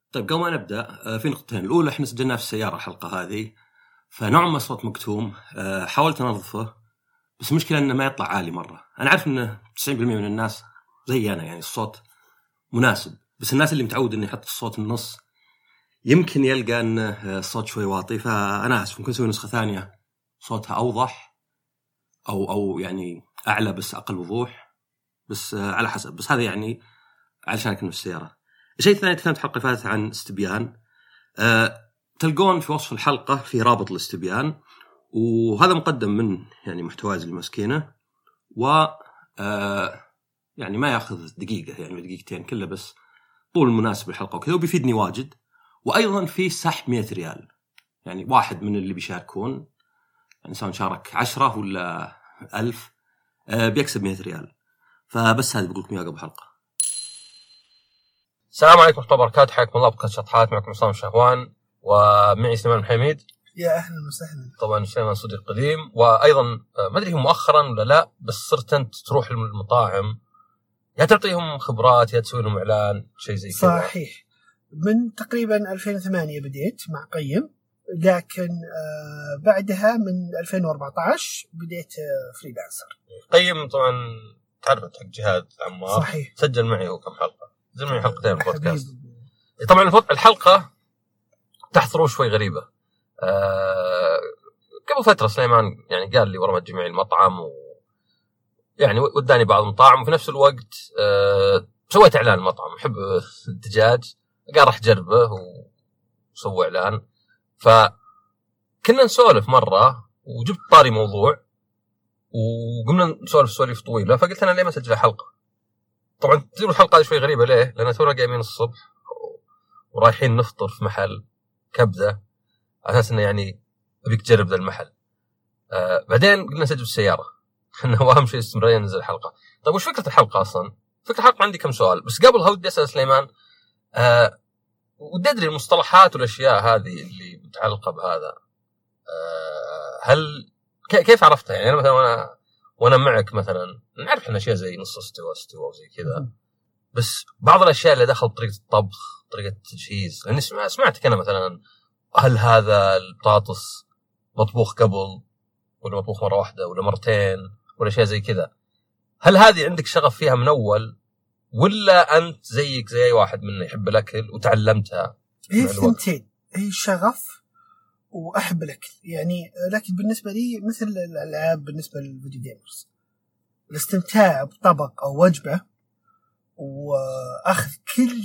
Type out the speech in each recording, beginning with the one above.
طيب قبل ما نبدأ في نقطتين. الأولى إحنا سجلناها في السيارة الحلقة هذه، فنوع ما صوت مكتوم. حاولت أنظفه بس المشكلة إنه ما يطلع عالي مرة. أنا عارف إنه 90% من الناس زي أنا يعني الصوت مناسب، بس الناس اللي متعود إنه يحط الصوت النص يمكن يلقى إنه الصوت شوي واطي. فأنا آسف، ممكن نسوي نسخة ثانية صوتها أوضح أو يعني أعلى بس أقل وضوح، بس على حسب. بس هذا يعني علشان كنا في السيارة. الشيء الثاني، تكلمت حلقة فاتت عن استبيان. تلقون في وصف الحلقة في رابط الاستبيان، وهذا مقدم من يعني محتواز اللي مسكينه، و يعني ما ياخذ دقيقة يعني دقيقتين كله، بس طول مناسب للحلقة وكذا، وبيفيدني واجد. وأيضا في سحب 100 ريال، يعني واحد من اللي بيشاركون يعني سواء شارك 10 ولا 1000 بيكسب 100 ريال. فبس هذا بقول لكم يا قبل حلقة. السلام عليكم ورحمة الله وبركاته، حياكم الله بودكاست شطحات. معكم عصام شهوان ومعي سليمان حميد. يا أهلا وسهلا. طبعا سليمان صديق قديم، وأيضا ما أدري مؤخرا ولا لا، بس صرت أنت تروح للمطاعم يا تعطيهم خبرات يا تسوي لهم إعلان شيء زي كذا. صحيح، من تقريبا 2008 بديت مع قيم، لكن بعدها من 2014 بديت فريلانسر. قيم طبعا تعرفت حق جهاد عمار، صحيح، سجل معي هو كم حلقة، سجل معي حلقتين في البودكاست. طبعا الحلقة تحت ظروف شوي غريبة. قبل فترة سليمان يعني قال لي ورا ما تجمعي المطعم، يعني وداني بعض المطاعم، وفي نفس الوقت سويت إعلان المطعم. أحب الدجاج، قال راح جربه وسوي إعلان. فكنا نسولف مرة وجبت طاري موضوع وقمنا نسولف سواليف طويلة، فقلت أنا ليه ما سجل حلقة. طبعا تجيب الحلقة هذه شوي غريبة. ليه؟ لأن تونا قايمين الصبح ورايحين نفطر في محل كبدة على أساس إنه يعني أبيك تجرب ذا المحل. بعدين قلنا نسجل السيارة إنه أهم شيء استمرارية ننزل الحلقة. طيب وش فكرة الحلقة أصلا؟ فكرة الحلقة عندي كم سؤال، بس قبلها ودي أسأل سليمان. ودي أدري المصطلحات والأشياء هذه اللي متعلقة بهذا. هل كيف عرفتها؟ يعني أنا مثلا وأنا معك مثلا نعرف إن أشياء زي نص استوى وزي كذا، بس بعض الأشياء اللي دخل طريقة الطبخ، طريقة التجهيز، لأني سمعتك أنا مثلا هل هذا البطاطس مطبوخ قبل ولا مطبوخ مرة واحدة ولا مرتين ولا شيء زي كذا. هل هذه عندك شغف فيها من أول، ولا أنت زيك زي أي واحد منا يحب الأكل وتعلمتها؟ هي ثنتين، هي شغف وأحب الأكل يعني. لكن بالنسبة لي مثل الألعاب بالنسبة للفيديو جيمرز، الاستمتاع بطبق أو وجبة وأخذ كل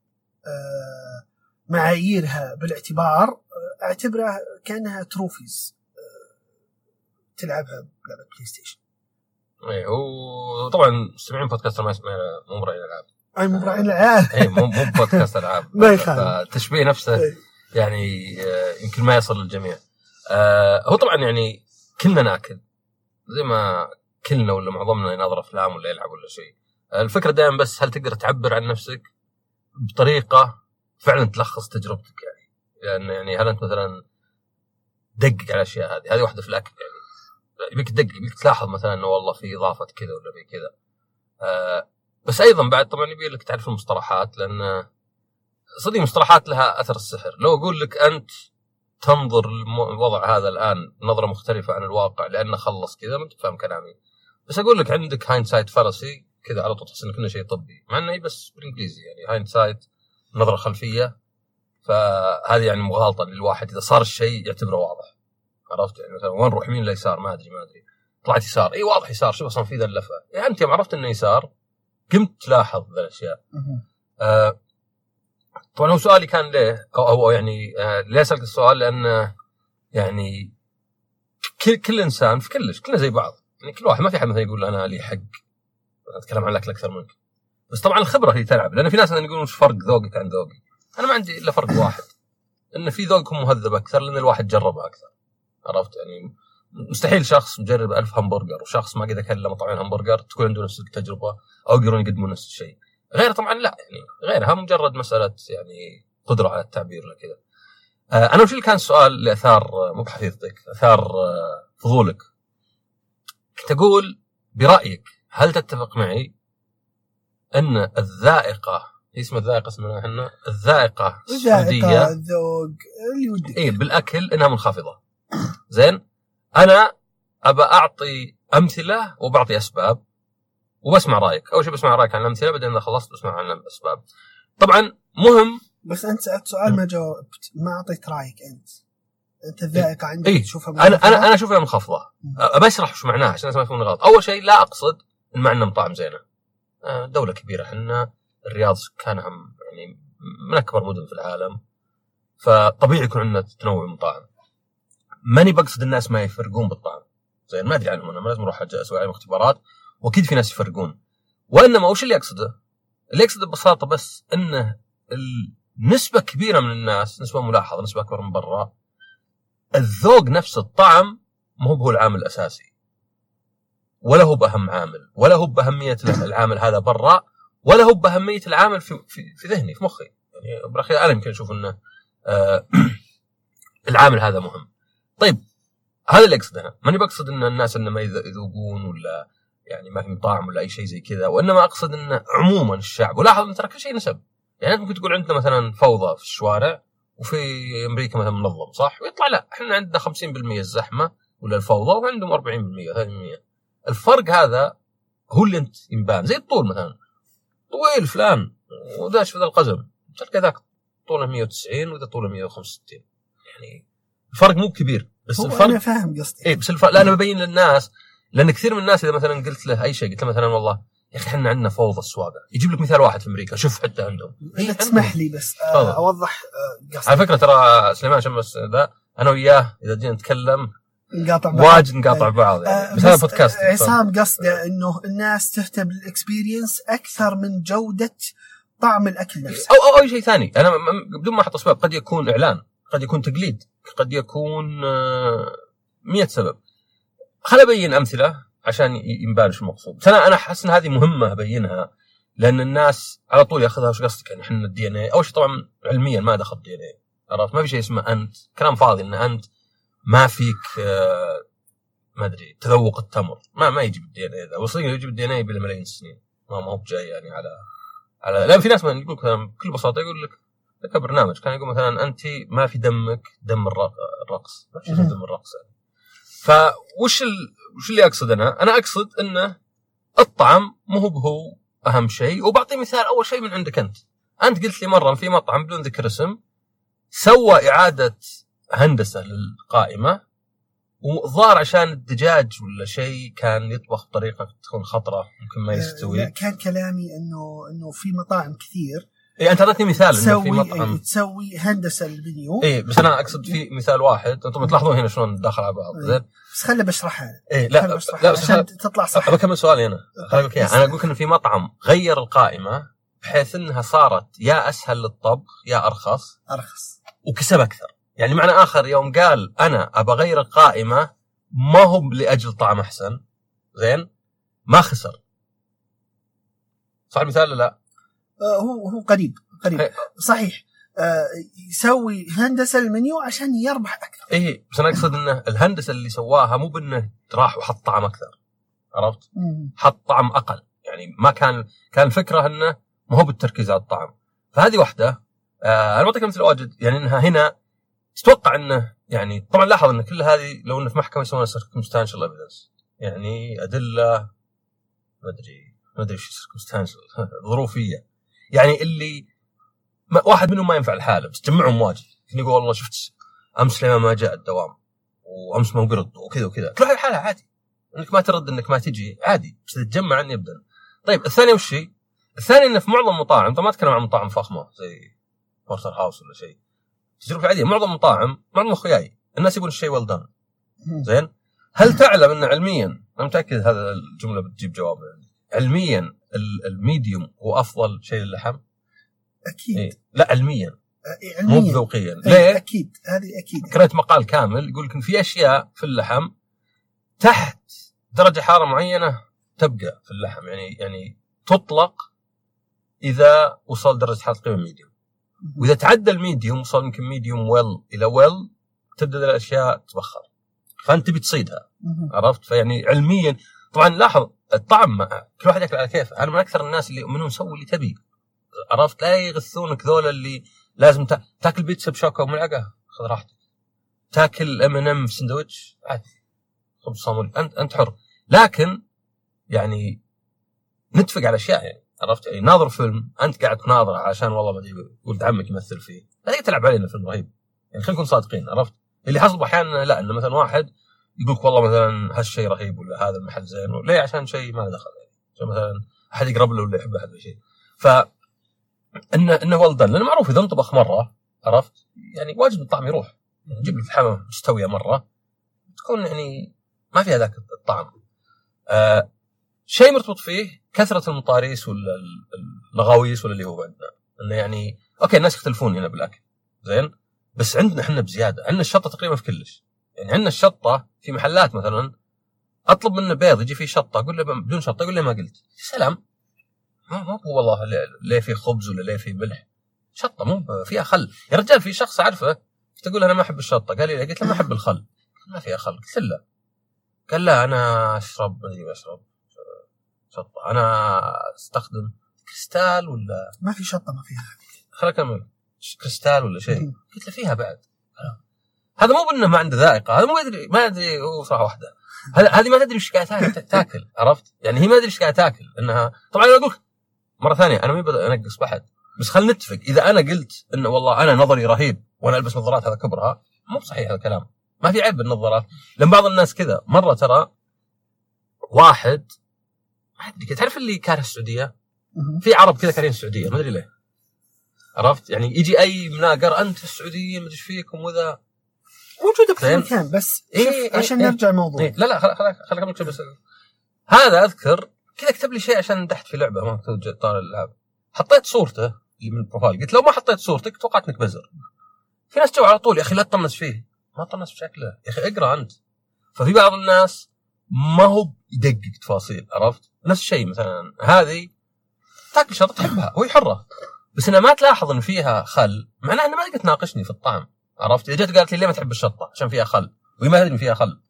معاييرها بالاعتبار، أعتبرها كأنها تروفيز تلعبها بلعبة بلاي ستيشن. إيه، وطبعا مستمعين بودكاست ما يسمع مو مراعين الألعاب. أي مو مراعين الألعاب. إيه مو بودكاست ألعاب. ما يخالف. تشبيه نفسه يعني يمكن ما يصل للجميع. هو طبعا يعني كلنا ناكل زي ما كلنا ولا معظمنا يناظر أفلام ولا يلعب ولا شيء. الفكرة دائما بس هل تقدر تعبر عن نفسك بطريقة فعلا تلخص تجربتك يعني. لأن يعني هل أنت مثلا دقق على الأشياء هذه واحدة في الأكل يعني يبيك تدقق، يبيك تلاحظ مثلا إنه والله في إضافة كذا ولا في كذا. بس أيضا بعد طبعا يبي لك تعرف المصطلحات، لأن صدق المصطلحات لها أثر السحر. لو أقول لك أنت تنظر الوضع هذا الآن نظرة مختلفة عن الواقع لأنه خلص كذا ما تفهم كلامي، بس أقول لك عندك هايندسايت فالسي كذا على طول تحس إن كنا شيء طبي، مع إنه بس بالإنجليزي يعني هايندسايت نظرة خلفية. فهذه يعني مغالطة للواحد إذا صار الشيء يعتبره واضح. عرفت يعني مثلا وين نروح يمين لا يسار ما أدري طلعت يسار، إيه واضح يسار، شوف أصلا في ذا اللفة يعني أنت يوم عرفت إنه يسار قمت تلاحظ ذا الأشياء. طبعا هو سؤالي كان ليه أو يعني ليه أسألك السؤال، لأن يعني كل إنسان في كلنا زي بعض يعني. كل واحد ما في حد مثلا يقول أنا لي حق أتكلم عن الأكل أكثر منك، بس طبعا الخبرة هي تلعب. لأن في ناس يقولون وش فرق ذوقك عن ذوقي. أنا ما عندي إلا فرق واحد، إن في ذوقكم مهذب أكثر لأن الواحد جربه أكثر. عرفت يعني مستحيل شخص مجرب 1000 همبرجر وشخص ما قد أكل إلا مطعمين همبرجر تكون عنده نفس التجربة أو يقدرون يقدمون نفس الشيء. غير طبعا لا يعني غيرها مجرد مسألة يعني قدرة على التعبير لكذا. أنا وش اللي كان السؤال اللي أثار مو بحثيثتك أثار فضولك؟ كنت أقول برأيك هل تتفق معي أن الذائقة اسمه الذائقة، اسمنا احنا الذائقة السعودية، الذوق اللي ودك. ايه بالأكل إنها منخفضة. زين، أنا أبى أعطي أمثلة وبعطي أسباب وبسمع رأيك. أول شيء بسمع رأيك عن الأمثلة، بعدين إذا خلصت بسمع عن الأسباب. طبعا مهم، بس أنت سألت سؤال ما جاوبت، ما أعطيت رأيك. أنت الذائقة عندك تشوفها أنا أشوفها منخفضة. أبى أشرح شو معناها عشان ما يكون غلط. أول شيء لا أقصد إن معنا مطاعم زينة، دولة كبيرة، حنا الرياض سكانها يعني من أكبر مدن في العالم، فطبيعي يكون عندنا تنوع مطاعم. ماني بقصد الناس ما يفرقون بالطعم، زين ما أدري عنهم، أنا ما لازم أروح أسوي عليهم اختبارات، وأكيد في ناس يفرقون. وإنما وش اللي أقصده؟ اللي أقصده ببساطة بس إنه النسبة كبيرة من الناس، نسبة ملاحظة، نسبة أكبر من برا، الذوق نفس الطعم ما هو العامل الأساسي، ولا هو بأهم عامل، ولا هو بأهمية العامل هذا برا، ولا هو بأهمية العامل في ذهني، في مخي. يعني بالأخير أنا يمكن أشوف إنه العامل هذا مهم. طيب هذا اللي أقصد أنا، ماني بقصد إن الناس إنه ما يذوقون ولا يعني ما في طعم ولا أي شيء زي كذا، وإنما أقصد إنه عموما الشعب. ولاحظ إن ترى كل شيء نسب. يعني أنت ممكن تقول عندنا مثلا فوضى في الشوارع، وفي أمريكا مثلا منظم، صح؟ ويطلع لا، إحنا عندنا 50% الزحمة ولا الفوضى، وعندهم 40% 30%. الفرق هذا هو اللي أنت ينبان. زي الطول مثلا، طويل فلان وداش في ذا القزم، تلقى ذاك طوله 190 وذا طوله 165. يعني الفرق مو كبير، بس الفرق أنا فاهم قصدي. إيه، بس الفرق لا، أنا ببين للناس، لأن كثير من الناس إذا مثلا قلت له أي شيء، قلت له مثلا والله يا أخي إحنا عندنا فوضى السواقة، يجيب لك مثال واحد في أمريكا، شوف حتى عندهم. إيه تسمح لي بس أوضح قصدي. على فكرة ترى سليمان عشان بس ذا أنا وياه إذا جينا نتكلم واجد نقاطع بعض يعني. بس هذا بودكاست. عصام قصده إنه الناس تهتم بالإكسبيرينس أكثر من جودة طعم الأكل نفسه، أو أي شيء ثاني. أنا بدون ما أحط أسباب، قد يكون إعلان، قد يكون تقليد، قد يكون 100 سبب. خل أبين أمثلة عشان ينبان شو المقصود. أنا أحس إن هذه مهمة أبينها، لأن الناس على طول يأخذها وش قصدك يعني إحنا الدي إن إيه. أول شيء طبعا علميا ما دخل الدي إن إيه، عرفت؟ ما في شيء اسمه أنت، كلام فاضي إن أنت ما فيك ما أدري تذوق التمر، ما يجي بالدي إن إيه ذا. وصيا يجي بالدي إن إيه بملايين السنين، ما هو بجاي يعني على لا. في ناس ما يقول بكل بساطة، يقول لك برنامج كان يقول مثلا أنت ما في دمك دم الرقص، ما في دم الرقص يعني. فوش اللي أقصد أنا أقصد إنه الطعم مو هو أهم شيء. وبعطي مثال، أول شيء من عندك أنت قلت لي مرة في مطعم بدون ذكر اسم سوى إعادة هندسة للقائمة، وظهر عشان الدجاج ولا شيء كان يطبخ بطريقة تكون خطرة ممكن ما يستوي. لا كان كلامي إنه في مطاعم كثير. إيه أنت أعطيتني مثال إنه في مطعم تسوي هندسة للمنيو. إيه بس أنا أقصد في مثال واحد. أنتم تلاحظون هنا شلون داخل على بعض. زين بس خلي بشرحها. إيه لا عشان تطلع صح. بكمل سؤالي أنا. أنا أقولك إن في مطعم غير القائمة بحيث إنها صارت يا أسهل للطبخ يا أرخص وكسب أكثر. يعني معنى آخر يوم قال أنا أبغى غير القائمة ما هو لأجل طعم أحسن، زين ما خسر. صح المثال لا؟ هو قريب صحيح. يسوي هندسة المنيو عشان يربح أكثر. إيه بس أنا أقصد إنه الهندسة اللي سواها مو بأنه راح وحط طعم أكثر، عرفت؟ حط طعم أقل. يعني ما كان الفكرة إنه ما هو بالتركيز على الطعم. فهذه واحدة. أنا بعطيك مثل واجد يعني إنها هنا تتوقع إنه يعني طبعا لاحظ إن كل هذه لو إنه في محكمة يسمونها circumstantial evidence، يعني أدلة ما أدري إيش circumstantial ظروفية. يعني اللي واحد منهم ما ينفع الحالة بس تجمعهم واجد. يقول والله شفت أمس سليمان ما جاء الدوام، وأمس ما قرد وكذا كل هذه حالة عادي. إنك ما ترد إنك ما تجي عادي، بس تتجمع عني يبدأ. طيب الثاني وش هي؟ الثاني إنه في معظم المطاعم، طبعا ما أتكلم عن مطاعم فخمة زي بورتر هاوس ولا شيء، تجربة عادية. معظم المطاعم معظم أخوياي الناس يبون الشيء well done. زين هل تعلم أن علميا، أنا متأكد هذا الجملة بتجيب جواب يعني. علميا الميديوم هو أفضل شيء للحم. أكيد. إيه؟ لا علميا مو ذوقيا. ليه؟ أكيد هذه أكيد. قرأت مقال كامل يقول لك في أشياء في اللحم تحت درجة حرارة معينة تبقى في اللحم، يعني تطلق إذا وصل درجة حرارة قيمة ميديوم، وإذا تعدى الميديوم وصل يمكن ميديوم ويل إلى ويل تبدأ الأشياء تتبخر، فأنت بتصيدها. عرفت؟ فيعني علميا طبعا لاحظ الطعم كل واحد يأكل على كيف. أنا من أكثر الناس اللي يؤمنون سوي اللي تبي، عرفت؟ لا يغثونك ذولا اللي لازم تاكل بيتزا بشوكه وملعقه، خذ راحتك. تاكل M&M في سندويتش عادي، خبز صامولي، انت حر. لكن يعني نتفق على اشياء، يعني عرفت؟ يعني ناظر فيلم انت قاعد تناظره عشان والله ما ادري ولد عمك يمثل فيه، لا تلعب علينا فيلم رهيب. يعني خلينا نكون صادقين، عرفت؟ اللي حصل احيانا لا، انه مثلا واحد يقولك والله مثلا هالشيء رهيب ولا هذا المحل زين، ليه؟ عشان شيء ما له دخل، يعني عشان مثلا احد يقرب له ولا يحب احد ولا شيء. ف انه ولدان، لانه معروف اذا انطبخ مره، عرفت؟ يعني واجب الطعم يروح. نجيب لك لحمه مستويه مره تكون يعني ما فيها ذاك الطعم. شيء مرتبط فيه كثره المطاريس ولا اللغاويس ولا اللي هو عندنا، انه يعني اوكي الناس يختلفون هنا بالاكل زين، بس عندنا احنا بزياده. عندنا الشطه تقريبا في كلش، يعني عندنا الشطه في محلات مثلا اطلب منه بيض يجي فيه شطه، اقول له بدون شطه، يقول لي ما قلت سلام، ما هو والله ليه في خبز ولا ليه في ملح، شطه مو فيها خل. يا رجال في شخص اعرفه تقول انا ما احب الشطه، قال لي قلت له ما احب الخل، ما فيها خل، قلت له قال لا انا اشرب شطه، انا استخدم كريستال ولا ما في شطه ما فيها، خليني اكمل، كريستال ولا شيء، قلت له فيها بعد. هذا مو بانه ما عنده ذائقه، هذا مو ما ادري هو صراحه واحده، هذه ما تدري ايش قاعده تاكل، عرفت؟ يعني هي ما ادري ايش قاعده تاكل، انها طبعا انا اقول مره ثانيه انا ما ابغى انقص بحد، بس خلينا نتفق اذا انا قلت انه والله انا نظري رهيب وانا البس نظارات هذا كبرها، مو صحيح هذا الكلام، ما في عيب بالنظارات، لان بعض الناس كذا. مره ترى واحد ما ادري تعرف اللي كاره السعوديه، في عرب كذا كارهين السعوديه ما ادري ليه، عرفت؟ يعني يجي اي مناقر انت في السعوديه ما ادري ايش فيكم وذا، موجوده في مكان، بس عشان نرجع الموضوع. لا خليك بس هذا اذكر كذا كتب لي شيء عشان دحت في لعبه ما كنت طالع الالعاب، حطيت صورته اللي من البروفايل، قلت لو ما حطيت صورتك توقعت انك بزر. في ناس جو على طول يا اخي لا تطنس فيه، ما طنس بشكله يا اخي اقرا انت. ففي بعض الناس ما هو يدقق تفاصيل، عرفت؟ نفس الشيء مثلا هذه تاكل شطه تحبها وهي حره، بس انا ما تلاحظ ان فيها خل، معناه انها ما تقدر تناقشني في الطعم، عرفت؟ اذا جت قالت لي ليه ما تحب الشطه عشان فيها خل وهي ما تدري فيها خل،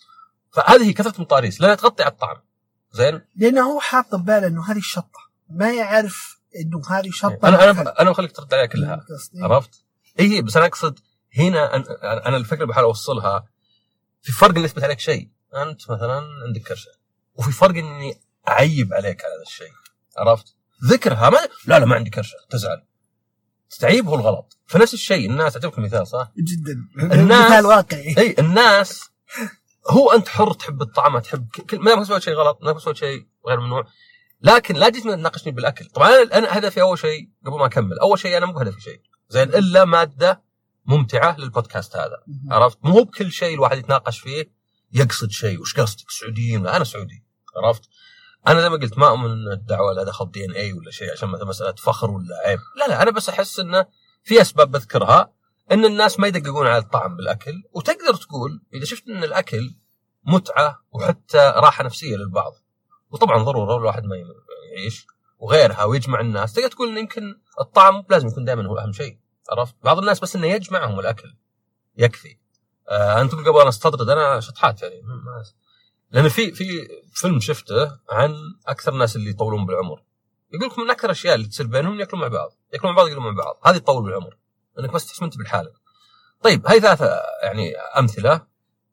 فهذه كثره مطاريس لانها تغطي على الطعم زين، لانه هو حاط بباله انه هذه الشطه، ما يعرف انه هذه شطه. انا بخليك ترد عليها كلها، عرفت؟ اي بس انا اقصد هنا انا الفكره بحاول اوصلها، في فرق اني اثبت عليك شيء، انت مثلا عندك كرشه، وفي فرق اني اعيب عليك على هذا الشيء، عرفت؟ ذكرها لا ما عندي كرشه تزعل، تعيب هو الغلط. فنفس الشيء الناس، اعطيك مثال صح جدا، مثال واقعي. اي الناس هو انت حر تحب الطعم، تحب ما سويت شيء غلط، ما سويت شيء غير ممنوع، لكن لا جيت تناقشني بالاكل. طبعا انا هدفي اول شيء قبل ما اكمل، اول شيء انا مو هدفي شيء زين الا ماده ممتعه للبودكاست هذا، عرفت؟ مو بكل شيء الواحد يتناقش فيه يقصد شيء، وش قصدك سعوديين؟ انا سعودي، عرفت؟ انا زي ما قلت ما اؤمن الدعوه لا دخل DNA ولا شيء عشان مثلا مساله فخر ولا عيب، لا انا بس احس انه في اسباب بذكرها ان الناس ما يدققون على الطعم بالاكل، وتقدر تقول اذا شفت ان الاكل متعه وحتى راحه نفسيه للبعض، وطبعا ضروره الواحد ما يعيش وغيرها ويجمع الناس، تقدر تقول ان يمكن الطعم لازم يكون دائما هو اهم شيء، عرفت؟ بعض الناس بس انه يجمعهم الاكل يكفي. انت قبل انا استطرد انا شطحات يعني لان في فيلم شفته عن اكثر الناس اللي يطولون بالعمر، يقول لكم من اكثر الاشياء اللي تصير بينهم ياكلون مع بعض يقولون مع بعض، هذه تطول بالعمر انك بس تحس انت بالحاله. طيب هاي ثلاثه يعني امثله،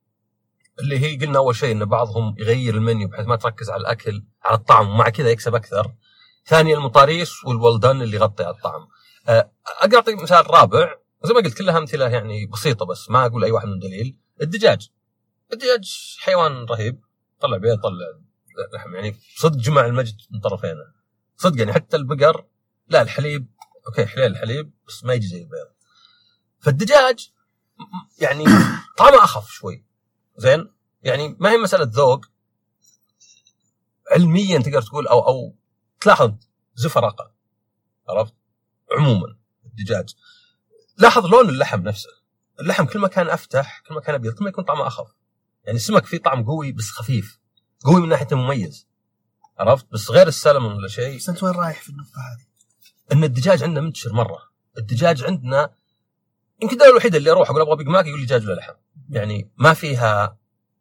اللي هي قلنا اول شيء ان بعضهم يغير المنيو بحيث ما تركز على الاكل على الطعم ومع كذا يكسب اكثر. ثانيا المطاريس والولدان اللي يغطي على الطعم. اعطيك مثال رابع، زي ما قلت كلها امثله يعني بسيطه بس ما اقول اي واحد من دليل. الدجاج حيوان رهيب، طلع بيض طلع لحم، يعني صدق جمع المجد من طرفين صدق، يعني حتى البقر لا الحليب اوكي حليل الحليب بس ما يجي زي البيض. فالدجاج يعني طعمه اخف شوي زين، يعني ما هي مساله ذوق، علميا تقدر تقول او تلاحظ زفر اقل، عرفت؟ عموما الدجاج لاحظ لون اللحم نفسه، اللحم كل ما كان افتح كل ما كان ابيض كل ما يكون طعمه اخف، يعني السمك فيه طعم قوي بس خفيف، قوي من ناحيه مميز، عرفت؟ بس غير السلمون ولا شيء. بس انت وين رايح في النقطه هذه؟ ان الدجاج عندنا منتشر مره، الدجاج عندنا يمكن الدوله الوحيده اللي اروح اقول ابغى بيج ماك يقول لي دجاج ولا لحم، يعني ما فيها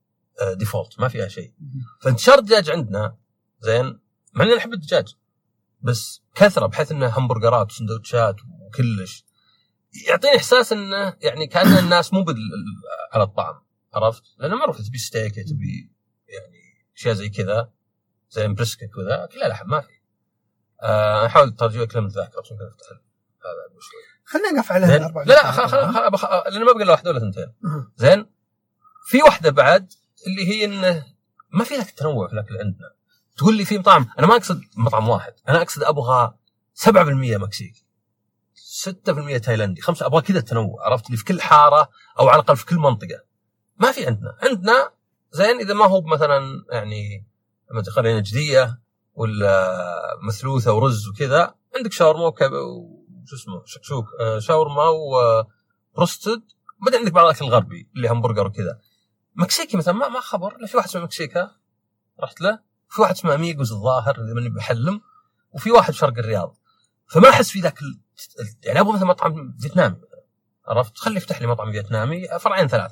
ديفولت، ما فيها شيء. فانتشار الدجاج عندنا زين، مع اني احب الدجاج بس كثره بحيث انه همبرجرات وسندوتشات وكلش يعطيني احساس انه يعني كأن الناس مو على الطعم، عرفت؟ لانه معروف تبي ستيك تبي يعني اشياء زي كذا زي بريسكت وذا كلها لحم ما في. احاول ترجع كلام الذاكره عشان كذا افتح هذا شوي. خلينا نقف على الاربع. لا لان ما بقى له واحده ولا ثنتين. زين في واحده بعد اللي هي انه ما في لك تنوع في الاكل عندنا. تقول لي في مطعم، انا ما اقصد مطعم واحد، انا اقصد ابغى 7% مكسيكي 6% تايلاندي 5، ابغى كذا التنوع، عرفت؟ اللي في كل حاره او على الاقل في كل منطقه. ما في عندنا زين اذا ما هو مثلا يعني قرية نجديه ولا مثلوثه ورز وكذا، عندك شاورما وش اسمه شكشوك شاورما وبروستد، بعدين عندك بعض الاكل الغربي اللي همبرجر وكذا. مكسيكي مثلا ما خبر، لا في واحد اسمه مكسيكا رحت له، في واحد اسمه اميغوز الظاهر اللي ماني بحلم، وفي واحد شرق الرياض. فما احس في ذاك يعني ابغى مثلا مطعم فيتنامي، عرفت؟ خلي يفتح لي مطعم فيتنامي فرعين 3.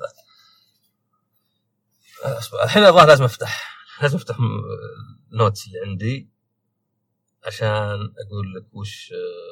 الحين الظاهر لازم افتح نوتس اللي عندي عشان اقول لك وش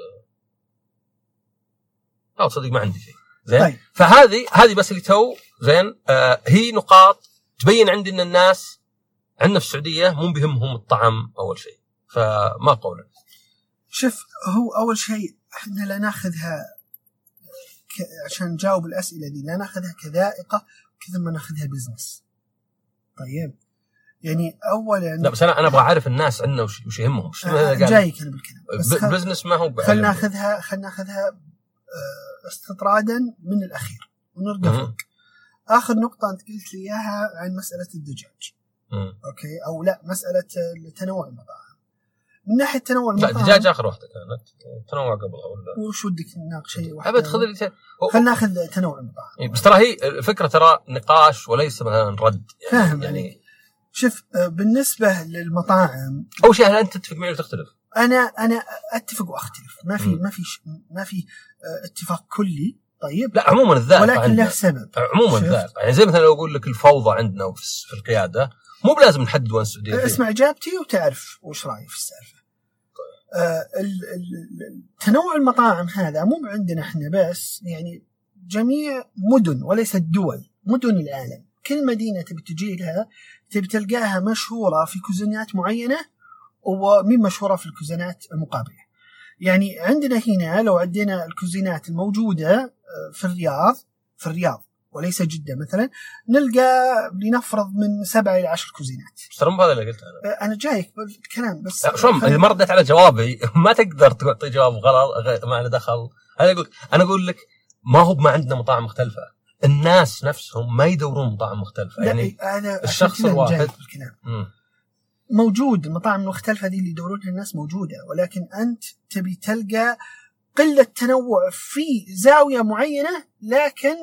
صدق ما عندي شيء زين. طيب. فهذه بس اللي تو زين هي نقاط تبين عندي ان الناس عندنا في السعوديه مو بهمهم الطعم اول شيء. فما قولك؟ شوف، هو اول شيء احنا لا ناخذها عشان نجاوب الاسئله دي، لا ناخذها كذائقه كذا ما ناخذها بزنس. طيب يعني اولا لا بس انا ابغى اعرف الناس عندنا وش يهمهم. جايك انا بالكلام، بزنس ما هو خلينا ناخذها استطرادا من الاخير ونرجع فوق. اخر نقطه انت قلت لي اياها عن مساله الدجاج. اوكي، او لا مساله تنوع المطاعم. من ناحيه تنوع المطاعم، لا الدجاج اخر واحده كانت، تنوع قبلها ولا وش ودك نناقش شيء واحد؟ ابد خذ لي خلينا ناخذ تنوع المطاعم. بس ترى هي الفكره ترى نقاش وليس مثلا رد يعني. فاهم يعني شوف بالنسبه للمطاعم اول شيء هل انت تتفق معي ولا تختلف؟ انا اتفق واختلف، ما في اتفاق كلي. طيب لا عموما الذائقه ولكن له سبب. عموما الذائقه يعني زي مثلا لو اقول لك الفوضى عندنا في القياده مو بلازم نحدد وين السعوديه. اسمع اجابتي وتعرف وش رايي في السالفه. تنوع المطاعم هذا مو عندنا احنا بس، يعني جميع مدن وليس الدول، مدن العالم كل مدينه تبي تجي لها تبي تلقاها مشهوره في كوزينات معينه ومين مشهوره في الكوزينات المقابله. يعني عندنا هنا لو عدينا الكوزينات الموجوده في الرياض وليس جدة مثلا، نلقى لنفرض من 7 إلى 10 كوزينات. ترى مو هذا اللي قلته أنا جايك بالكلام بس شلون إذا ما رديت على جوابي ما تقدر تعطي جواب غلط ما له دخل. أنا أقول لك ما هو ما عندنا مطاعم مختلفة، الناس نفسهم ما يدورون مطاعم مختلفة. يعني الشخص الواحد موجود، المطاعم المختلفة دي اللي يدورونها الناس موجودة، ولكن أنت تبي تلقى قلة تنوع في زاوية معينة، لكن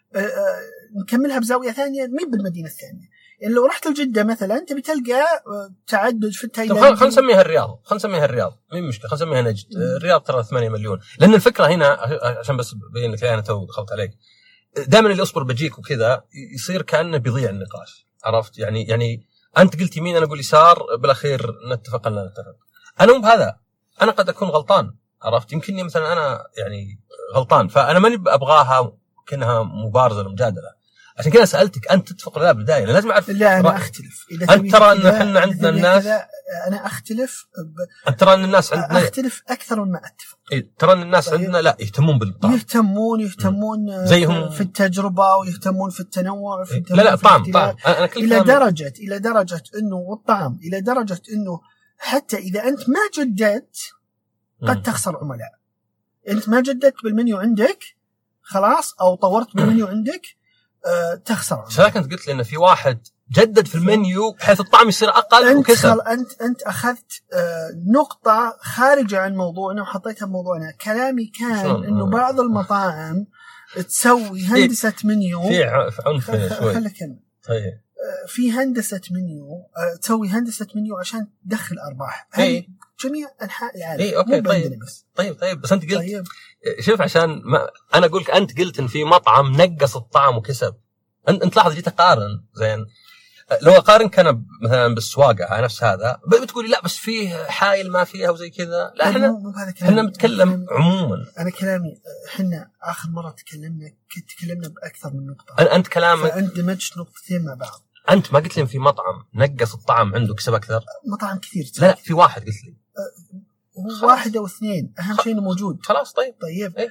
نكملها بزاوية ثانية مين بالمدينة الثانية. يعني لو رحت لجدة مثلا أنت بتلقى تعدد في التايلاند. خلينا نسميها الرياض مين مشكلة، خلينا نسميها نجد. الرياض ترى 8 مليون. لأن الفكرة هنا عشان بس بين لك أنا تو دخلت عليك، دائما اللي أصبر بجيك وكذا يصير كأنه بيضيع النقاش، عرفت؟ يعني أنت قلت يمين أنا أقول يسار، بالأخير نتفق أن لا نتفق. أنا مو بهذا، أنا قد أكون غلطان، عرفت؟ يمكنني مثلا أنا يعني غلطان، فأنا ماني أبغاها كأنها مبارزة ومجادلة. عشان كذا سألتك أنت تتفق ولا لا بالبداية، لازم أعرف. لا أنا أختلف. إذا أنت ترى أن إحنا عندنا الناس، أنا أختلف. أنت ترى أن الناس عندنا أختلف أكثر من ما أتفق. ترى أن الناس عندنا لا يهتمون بالطعم، يهتمون زيهم في التجربة ويهتمون في التنوع في لا طعم. أنا إلى درجة إنه والطعم إلى درجة إنه حتى إذا أنت ما جددت قد تخسر عملاء. أنت ما جددت بالمنيو عندك خلاص أو طورت بالمنيو عندك تخسر عملاء. سواء كنت قلت لي إن في واحد جدد في المنيو بحيث الطعم يصير أقل وكسر. أنت أخذت نقطة خارجة عن موضوعنا وحطيتها بموضوعنا. كلامي كان إنه بعض المطاعم تسوي هندسة منيو في عنف شوي. خليك أنا. طيب. في هندسة منيو تسوي هندسة منيو عشان تدخل أرباح. هاي جميع أنحاء العالم. أوكي. طيب بس أنت قلت طيب. شوف عشان أنا أقولك أنت قلت إن في مطعم نقص الطعم وكسب. أنت لاحظ جيت أقارن زين. لو اقارن كان مثلا بالسواقه على نفس هذا بتقولي لا بس فيه حايل ما فيها وزي كذا. لا احنا نتكلم عموما. انا كلامي احنا اخر مره تكلمنا باكثر من نقطه. انت كلامك فانت دمجت نقطتين مع بعض. انت ما قلت لي في مطعم نقص الطعم عنده كسب اكثر. مطعم كثير. لا في واحد قلت لي هو واحد او اثنين اهم شيء انه موجود. خلاص طيب إيه؟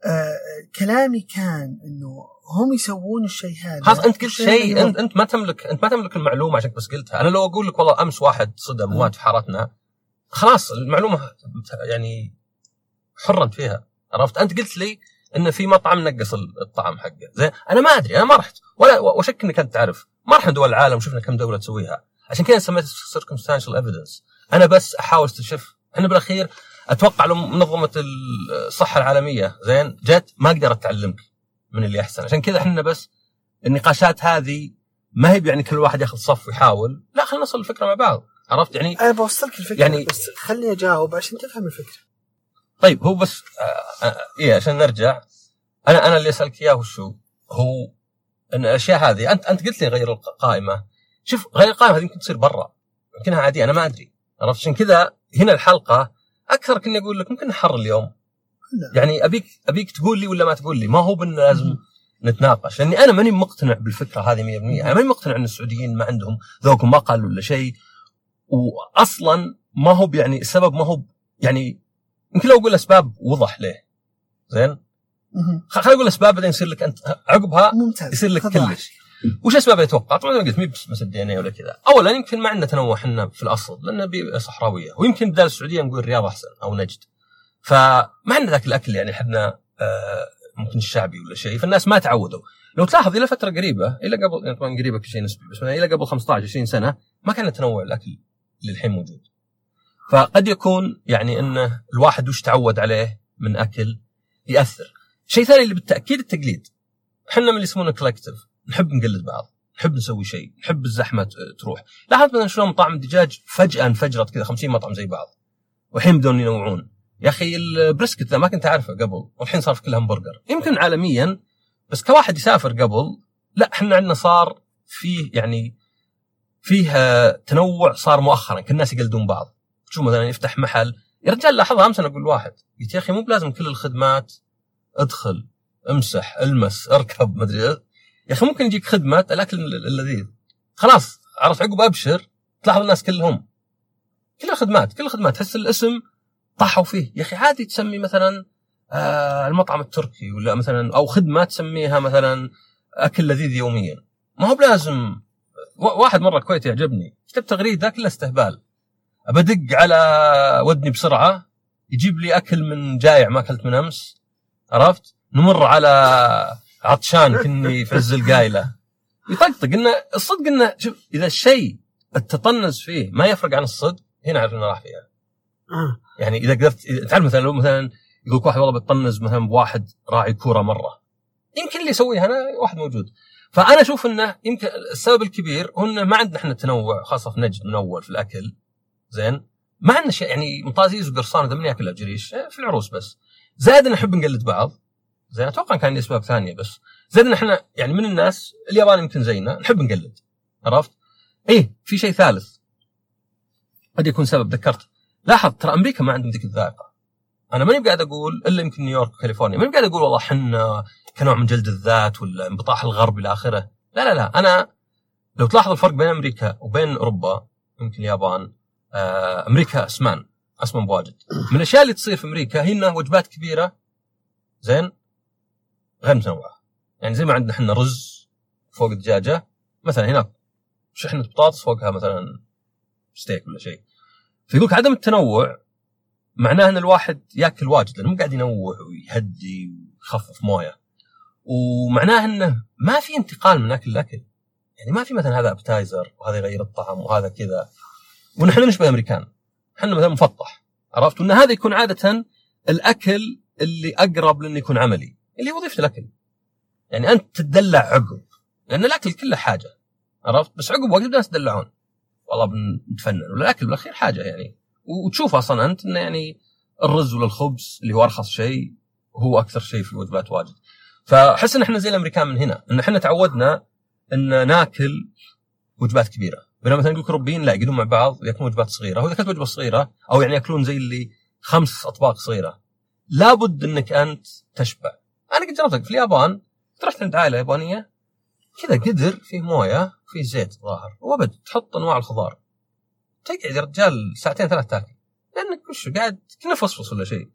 كلامي كان انه هم يسوون الشيء هذا. خلاص انت قلت شيء انت ما تملك المعلومه عشان بس قلتها. انا لو اقول لك والله امس واحد صدم مواد في حارتنا خلاص المعلومه يعني حرا فيها. عرفت؟ انت قلت لي ان في مطعم نقص الطعم حقه زين. انا ما ادري، انا ما رحت وشك انك انت تعرف. ما رحنا دول العالم وشفنا كم دوله تسويها، عشان كذا سميت circumstantial evidence. انا بس احاول استشف. احنا بالاخير اتوقع لو منظمه الصحه العالميه زين جت ما قدرت تعلمك من اللي احسن. عشان كذا احنا بس النقاشات هذه ما هي يعني كل واحد ياخذ صف ويحاول، لا خلينا نوصل الفكره مع بعض. عرفت يعني؟ انا بوصلك الفكره يعني بس خليني اجاوب عشان تفهم الفكره. طيب هو بس ايه عشان نرجع انا اللي اسالك اياه وشو هو ان الاشياء هذه انت قلت لي غير القائمه. شوف غير القائمه هذه يمكن تصير برا، يمكنها عاديه، انا ما ادري. عرفت؟ عشان كذا هنا الحلقه اكثر كني اقول لك ممكن نحر اليوم لا. يعني ابيك تقول لي ولا ما تقول لي، ما هو بان لازم نتناقش، لاني انا ماني مقتنع بالفكره هذه 100%. انا ماني مقتنع ان السعوديين ما عندهم ذوق ما قالوا ولا شيء، واصلا ما هو يعني السبب ما هو يعني يمكن لو اقول اسباب وضح ليه زين. خليني اقول اسباب بعدين يصير لك انت عقبها ممتاز. يصير لك كلش. وش اسباب يتوقع؟ طبعا انا قلت مي بس الدي ان اي ولا كذا. اولا يمكن ما عندنا تنوع احنا في الاصل لان بيئه صحراويه، ويمكن بدال السعوديه نقول الرياض احسن او نجد، فما عندنا ذاك الاكل يعني احنا ممكن الشعبي ولا شيء، فالناس ما تعودوا. لو تلاحظ الى فتره قريبه الى قبل يعني طبعا قريبه كل شيء نسبي، بس الى قبل 15 20 سنه ما كان تنوع الاكل اللي الحين موجود. فقد يكون يعني انه الواحد وش تعود عليه من اكل ياثر. شيء ثاني اللي بالتاكيد التقليد. احنا من اللي يسمونه كولكتيف، نحب نقلد بعض، نحب نسوي شيء، نحب الزحمه تروح. لاحظت مثلا شلون مطاعم الدجاج فجاه انفجرت كذا 50 مطعم زي بعض، والحين بدون ينوعون. يا اخي البريسكت ذا ما كنت اعرفه قبل، والحين صار في كلها همبرجر. يمكن عالميا بس كواحد يسافر قبل لا، احنا عندنا صار فيه يعني فيه تنوع صار مؤخرا، كل الناس يقلدون بعض. شو مثلا يفتح محل يا رجال لاحظها امس انا اقول واحد قلت يا اخي مو بلازم كل الخدمات ادخل امسح المس اركب ما ادري يا اخي، ممكن يجيك خدمه الاكل اللذيذ خلاص عرفت عقب ابشر تلاحظ الناس كلهم كل الخدمات تحس الاسم طاحوا فيه. يا اخي عادي تسمي مثلا المطعم التركي ولا مثلا او خدمه تسميها مثلا اكل لذيذ يوميا، ما هو بلازم. واحد مره كويتي يعجبني كتب تغريده كلها استهبال، أبدق على ودني بسرعة يجيب لي أكل من جايع ما أكلت من أمس. عرفت؟ نمر على عطشان كني في عز القايلة يطقطق. إنه الصدق إنه شوف إذا الشيء التطنز فيه ما يفرق عن الصدق هنا عرفنا راح فيها. يعني إذا قدرت تعرف مثلا لو مثلا يقولك واحد والله بتطنز مثلا بواحد راعي كورة مرة، يمكن اللي يسويها أنا واحد موجود. فأنا أشوف إنه يمكن السبب الكبير هو إنه ما عندنا إحنا التنوع خاصة في نجد من أول في الأكل زين. ما عندنا شيء يعني مطازيز وقرصان هذا من ياكل الجريش في العروس بس. زائد ان نحب نقلد بعض زين. اتوقع كان لي اسباب ثانيه بس زائد ان احنا يعني من الناس اليابان يمكن زينا نحب نقلد. عرفت؟ ايه في شيء ثالث قد يكون سبب ذكرت. لاحظ ترى امريكا ما عندهم ذيك الذائقه. انا ماني قاعد اقول الا يمكن نيويورك وكاليفورنيا، ماني قاعد اقول والله حنا كنوع من جلد الذات ولا انبطاح الغرب الى اخره. لا انا لو تلاحظ الفرق بين امريكا وبين اوروبا يمكن اليابان امريكا اسمان بواجد. من الاشياء اللي تصير في امريكا هي انها وجبات كبيره زين غير متنوعه. يعني زي ما عندنا احنا رز فوق الدجاجه مثلا، هناك شحنه بطاطس فوقها مثلا ستيك ولا شيء. فيقولك عدم التنوع معناه ان الواحد ياكل واجد لانه مو قاعد ينوع ويهدي ويخفف مويه، ومعناه انه ما في انتقال من اكل لاكل. يعني ما في مثلا هذا ابتايزر وهذا يغير الطعم وهذا كذا. ونحن نشبه الامريكان، احنا مثلا مفطح. عرفت؟ وان هذا يكون عاده الاكل اللي اقرب لانه يكون عملي، اللي وظيفه الاكل. يعني انت تدلع عقب لان الاكل كله حاجه. عرفت؟ بس عقب وقت الناس يدلعون والله بنتفنن، ولا الاكل بالاخير حاجه يعني. وتشوف اصلا انت انه يعني الرز ولا الخبز اللي هو ارخص شيء هو اكثر شيء في الوجبات واجد. فحس ان احنا زي الامريكان من هنا، ان احنا تعودنا ان ناكل وجبات كبيره، بينما مثلا يقول اوروبيين لا يقعدون مع بعض ياكلون وجبات صغيره. هو اذا اكلت وجبه صغيره او يعني ياكلون زي اللي 5 أطباق صغيره لابد انك انت تشبع. انا قد جربت في اليابان، رحت عند عائله يابانيه كذا قدر فيه مويه فيه زيت ظاهر وابد تحط انواع الخضار، تقعد يا رجال 2-3 ساعات تاكل لانك وش قاعد كنا فصفص ولا شيء.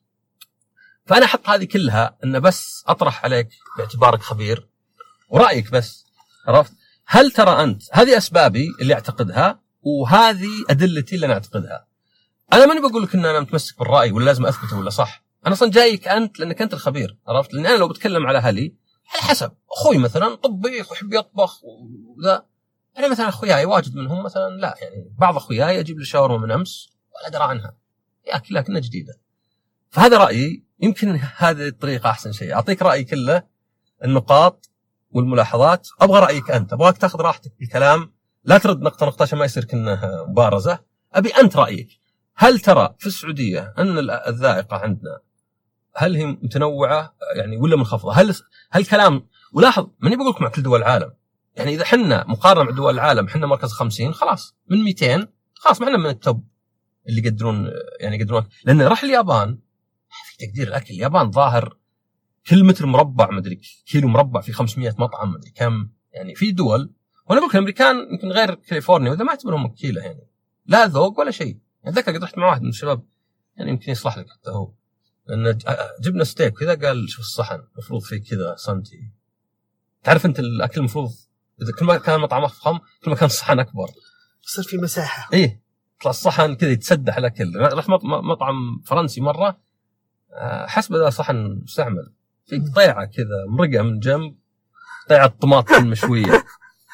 فانا احط هذه كلها انه بس اطرح عليك باعتبارك خبير ورايك بس، عرفت؟ هل ترى انت هذه اسبابي اللي اعتقدها وهذه ادلتي اللي انا اعتقدها. انا ماني بقول لك ان انا متمسك بالراي ولا لازم اثبته ولا صح، انا اصلا جايك انت لانك انت الخبير، عرفت؟ لان انا لو بتكلم على اهلي على حسب اخوي مثلا طبيخ ويحب يطبخ وذا، انا مثلا اخوياي واجد منهم مثلا لا، يعني بعض اخوياي اجيب له شاورما من امس ولا درى عنها ياكل لكنها جديده. فهذا رايي، يمكن هذه الطريقه احسن شيء. اعطيك رايي كله النقاط والملاحظات، ابغى رايك انت، ابغاك تاخذ راحتك بالكلام، لا ترد نقطه نقطه عشان ما يصير كأنها مبارزه. ابي انت رايك، هل ترى في السعوديه ان الذائقه عندنا هل هي متنوعه يعني ولا منخفضه؟ هل كلام، ولاحظ ماني بقول لك مع كل دول العالم، يعني اذا حنا مقارنه مع دول العالم حنا مركز 50 خلاص من 200 خلاص ما احنا من التوب اللي يقدرون يعني يقدرون. لان راح اليابان في تقدير الاكل، اليابان ظاهر كل متر مربع مدري كيلو مربع في 500 مطعم مدري كم، يعني في دول. وانا اقول لك الامريكان يمكن غير كاليفورنيا واذا ما اعتبرهم وكيله يعني لا ذوق ولا شيء. يعني ذكر قد رحت مع واحد من الشباب يعني يمكن يصلح لك حتى هو، لان جبنا ستيك كذا قال شوف الصحن المفروض فيه كذا سنتي. تعرف انت الاكل المفروض اذا كل ما كان مطعم افخم كل ما كان الصحن اكبر يصير في مساحه. ايه يطلع الصحن كذا يتسدح الاكل. رحت مطعم فرنسي مره حسب ذا صحن مستعمل في قطيعه كذا مرقه من جنب، قطيعه طماطم مشويه.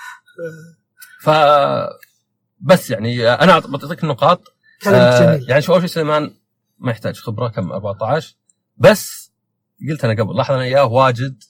ف بس يعني انا بعطيك النقاط. يعني شو اول شيء سليمان ما يحتاج خبره كم 14 بس قلت انا قبل لاحظ انا اياه واجد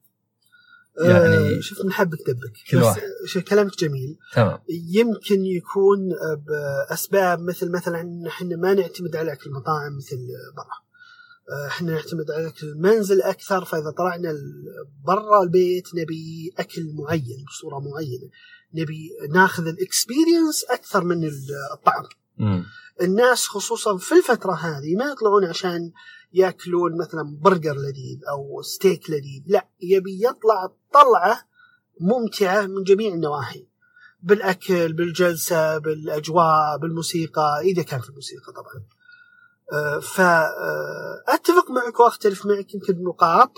يعني شوف نحبك دبك بس شوف كلامك جميل تمام. يمكن يكون باسباب مثلا احنا ما نعتمد على اكل المطاعم مثل برا، احنا نعتمد على اكل المنزل اكثر. فاذا طلعنا برا البيت نبي اكل معين بصوره معينه، نبي ناخذ الاكسبيرينس اكثر من الطعم. الناس خصوصا في الفتره هذه ما يطلعون عشان ياكلون مثلا برجر لذيذ او ستيك لذيذ، لا يبي يطلع طلعه ممتعه من جميع النواحي، بالاكل بالجلسه بالاجواء بالموسيقى اذا كان في الموسيقى طبعا. فأتفق معك واختلف معك يمكن بنقاط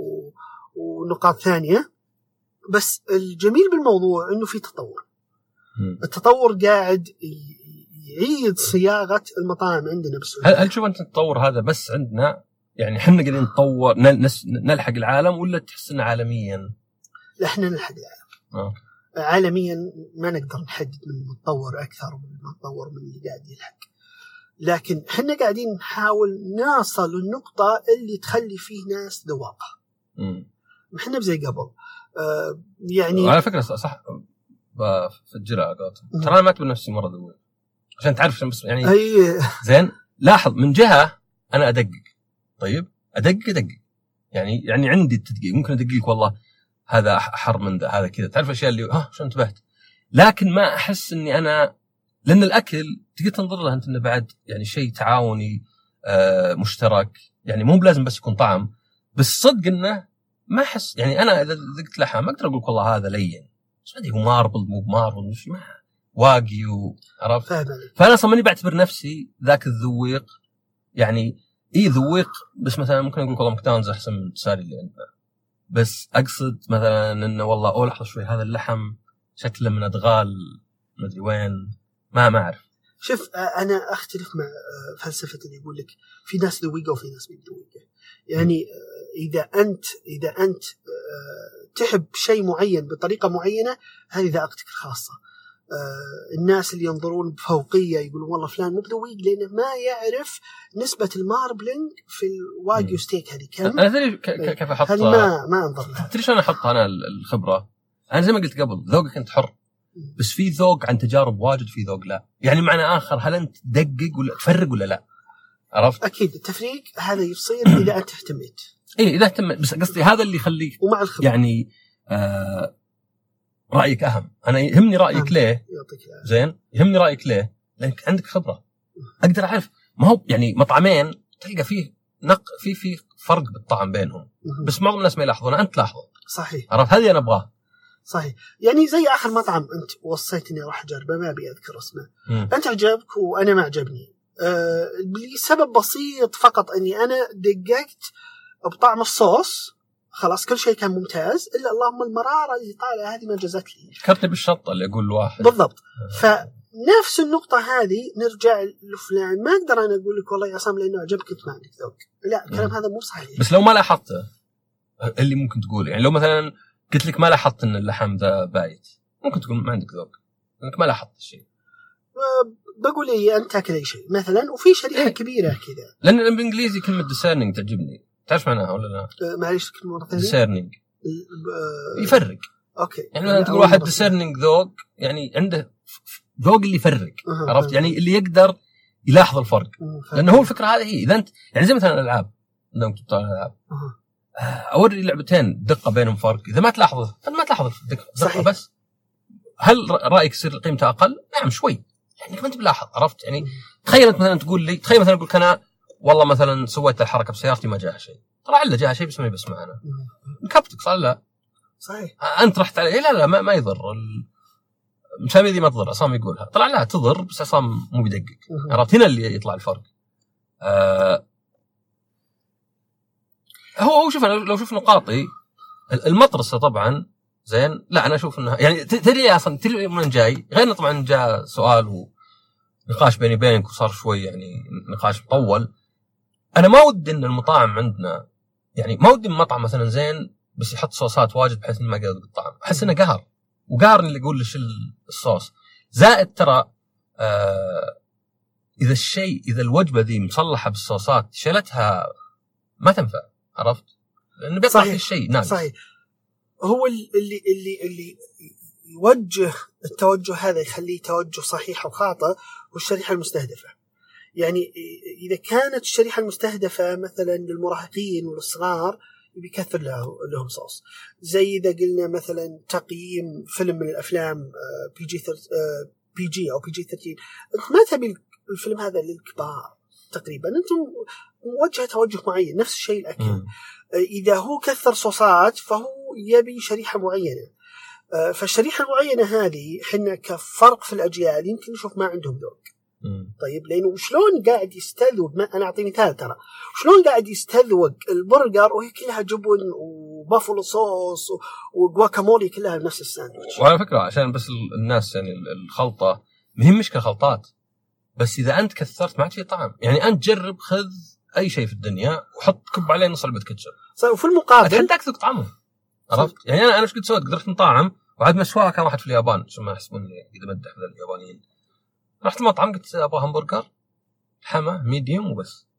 ونقاط ثانية، بس الجميل بالموضوع انه في تطور. التطور قاعد يعيد صياغة المطاعم عندنا بالسعودية. هل تشوف انت التطور هذا بس عندنا يعني حنا قاعدين نتطور نلحق العالم ولا تحس انه عالميا؟ لا احنا نلحق العالم. عالميا ما نقدر نحدد من المتطور اكثر ومن المتطور من اللي قاعد يلحق، لكن احنا قاعدين نحاول نصل للنقطة اللي تخلي فيه ناس ذواقة. احنا بزي قبل يعني على فكرة صح في الجرأة قلت ترى أنا ما أعتبر نفسي مرة ذوق عشان تعرف بس يعني زين. لاحظ من جهة أنا أدقق، طيب أدقق يعني عندي التدقيق، ممكن أدقق والله هذا أحر من ذا هذا كذا، تعرف الأشياء اللي شو انتبهت، لكن ما أحس إني أنا، لأن الأكل تقدر تنظر له أنت إنه بعد يعني شيء تعاوني مشترك، يعني مو بلازم بس يكون طعم، بس صدق إنه ما أحس يعني أنا إذا ذقت لحم ما أقدر أقول والله هذا لين، بس ما أدري هو ماربل مو ماربل مش ما واقي وعرفت. فأنا أصلا ماني بعتبر نفسي ذاك الذويق، يعني ذويق بس مثلا ممكن أقول والله ماكدونالدز أحسن من ساري اللي عندنا، بس أقصد مثلا إنه والله لحظة شوي هذا اللحم شكله من أدغال ما أدري وين، ما أعرف. شوف أنا أختلف مع فلسفة اللي يقول لك في ناس ذويقة وفي ناس مين ذويقة. يعني إذا أنت تحب شيء معين بطريقة معينة هذه ذائقتك الخاصة. الناس اللي ينظرون بفوقية يقولون والله فلان مو بذويق لأنه ما يعرف نسبة الماربلينج في الواجيو ستيك هذه كم. أنا أدري كيف أحطها، هذه ما أنظر لها. تدري شلون أحطها أنا الخبرة؟ أنا زي ما قلت قبل ذوقك أنت حر، بس في ذوق عن تجارب واجد، في ذوق لا، يعني معنى آخر هل أنت تدقق ولا تفرق ولا لا؟ عرفت؟ أكيد التفريق هذا يصير إذا أنت اهتميت. إذا اهتميت، بس قصدي هذا اللي يخليك ومع الخبرة يعني رايك اهم. انا يهمني رايك ليه؟ زين، يهمني رايك ليه؟ لانك عندك خبره، اقدر اعرف. ما هو يعني مطعمين تلقى فيه في فرق بالطعم بينهم، بس معظم الناس ما يلاحظونه، انت لاحظه. صحيح، عرفت؟ هذه انا ابغاه. صحيح. يعني زي اخر مطعم انت وصيتني راح اجربه، ما ابي اذكر اسمه. انت عجبك وانا ما عجبني، لسبب بسيط فقط، اني انا دققت بطعم الصوص. خلاص كل شيء كان ممتاز، الا اللهم المراره اللي طالعه هذه ما جزت لي. فكرتني بالشطه اللي اقول واحد بالضبط. فنفس النقطه هذه نرجع لفلان، ما اقدر انا اقول لك والله يا عصام لانه عجبك انت ما عندك ذوق. لا، الكلام هذا مو صحيح. بس لو ما لاحظته اللي ممكن تقول، يعني لو مثلا قلت لك ما لاحظت ان اللحم ذا بايت، ممكن تقول ما عندك ذوق، انك ما لاحظت الشيء. بقول إيه، أنت تاكل أي شيء مثلا، وفي شريحة كبيرة كذا. لأن بالإنجليزي كلمة discerning تعجبني، تعرف معناها ولا لا؟ معليش كلمة مرة ثانية. discerning يفرق. أوكي. يعني مثلا تقول واحد discerning ذوق، يعني عنده ذوق اللي يفرق. عرفت؟ يعني اللي يقدر يلاحظ الفرق. لأنه هو الفكرة هذه هي. إذا أنت يعني زي مثلا الألعاب، عندهم تبطل الألعاب. أوري لعبتين دقة بينهم فرق، إذا ما تلاحظه أنت ما تلاحظ دقة بس. هل رأيك يصير قيمته أقل؟ نعم شوي. يعني ما انت بلاحظ. عرفت؟ يعني تخيل انت مثلا تقول لي، تخيل مثلا اقول لك انا والله مثلا سويت الحركه بسيارتي ما جاها شيء، طلع الا جاها شيء بس ما بسمع انا نكبتك. صار لا صحيح، انت رحت عليه لا ما يضر المسامي ذي ما تضر. عصام يقولها طلع لا تضر، بس عصام مو بيدقق. عرفت؟ هنا اللي يطلع الفرق. هو شوف، انا لو شوف نقاطي المطرسه طبعا زين. لا انا اشوف انها يعني تدري اصلا تدري من جاي، غير طبعا جاء سؤال ونقاش بيني وبينك وصار شوي يعني نقاش مطول. انا ما ودي ان المطاعم عندنا، يعني ما ودي مطعم مثلا زين بس يحط صوصات واجد بحيث اني ما اقدر الطعم. احس انه قهر، وقهر اللي يقول ليش الصوص زائد. ترى اذا الوجبه ذي مصلحه بالصوصات شلتها ما تنفع. عرفت؟ لانه بيطلع في الشيء ناقص. صحيح. هو اللي يوجه التوجه هذا، يخليه توجه صحيح وخاطئ، والشريحة المستهدفة. يعني إذا كانت الشريحة المستهدفة مثلا للمراهقين والصغار بيكثر لهم صوص، زي إذا قلنا مثلا تقييم فيلم من الأفلام PG أو PG-13، أنت ما تبي الفيلم هذا للكبار تقريبا، أنتم موجه توجه معين. نفس الشيء الأكل، إذا هو كثر صوصات فهو يبي شريحة معينة. فالشريحة المعينة هذه حنا كفرق في الأجيال يمكن نشوف ما عندهم ذوق. طيب لأنه شلون قاعد يستذوق، أنا أعطي مثال ترى، شلون قاعد يستذوق البرجر وهي كلها جبن وبافلو صوص وجواكامولي كلها بنفس الساندويتش. وعلى فكرة عشان بس الناس يعني الخلطة مهم، مش كخلطات بس إذا أنت كثرت ما عاد في طعم. يعني أنت جرب، خذ أي شيء في الدنيا وحط كب عليه نص علبة كاتشب، وفي المقابل أتحداك تذوق طعمه. عرفت؟ يعني أنا إيش قد سويت؟ قدرت مطاعم وعاد مسواها كان واحد في اليابان عشان ما يحسبوني إذا مدح ذا اليابانيين. رحت المطعم قلت أبغى همبرجر حما ميديوم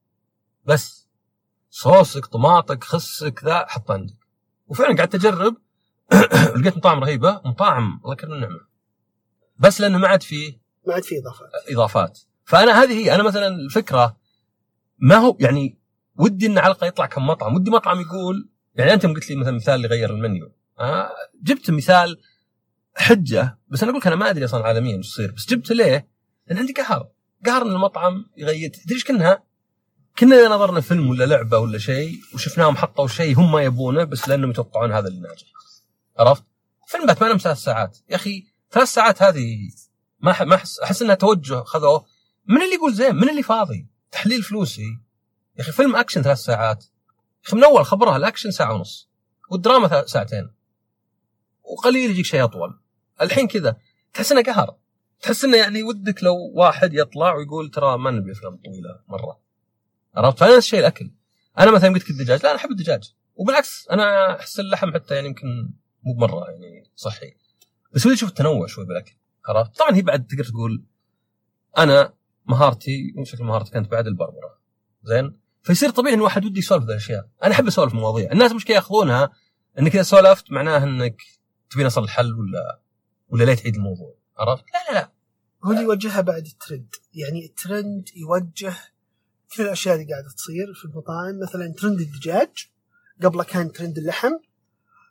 بس صوصك طماطك خسك ذا حط عندك. وفعلا قعدت أجرب لقيت مطاعم رهيبة، مطاعم الله يكرم النعمة، بس لأنه ما عاد فيه إضافات. فأنا هذه هي، أنا مثلا الفكرة ما هو يعني ودي إن على الأقل يطلع كم مطعم، ودي مطعم يقول يعني أنت قلت لي مثلا مثال اللي غير المنيو، جبت مثال حجة، بس أنا أقولك أنا ما أدري أصلا عالميا وش يصير، بس جبت ليه؟ لأن عندي قهر إن المطعم يغير. تدريش كنا إذا نظرنا فيلم ولا لعبة ولا شيء وشفناهم حطوا شيء هم يبونه بس لأنهم يتوقعون هذا اللي ناجح. عرفت؟ فيلم باتمان 3 ساعات يا أخي، 3 ساعات هذه ما أحس إنها توجه خذوه. من اللي يقول زين؟ من اللي فاضي؟ تحليل فلوسي يا أخي. فيلم أكشن 3 ساعات يا أخي، من أول خبرها الأكشن 1.5 ساعة والدراما 2 ساعتين وقليل يجيك شيء أطول. الحين كذا تحس إنه قهر، تحس إنه يعني ودك لو واحد يطلع ويقول ترى ما نبي أفلام طويلة مرة. عرفت؟ فأنا الشيء الأكل، أنا مثلا قلت الدجاج، لا أنا أحب الدجاج، وبالعكس أنا أحس اللحم حتى يعني يمكن مو مرة يعني صحي، بس ودي أشوف التنوع شوي بالأكل. عرفت؟ طبعا هي بعد تقدر تقول أنا مهارتي بشكل مهارتي كانت بعد البرمرة زين، فيصير طبيعي إن واحد ودي يسولف ذا الأشياء. أنا أحب أسولف مواضيع، الناس مش كي يأخذونها إنك إذا سولفت معناه إنك تبي نصل الحل ولا لا تعيد الموضوع. عرفت؟ لا هو اللي يوجهها بعد الترند. يعني الترند يوجه كل الأشياء اللي قاعدة تصير في المطاعم. مثلا ترند الدجاج، قبل كان ترند اللحم،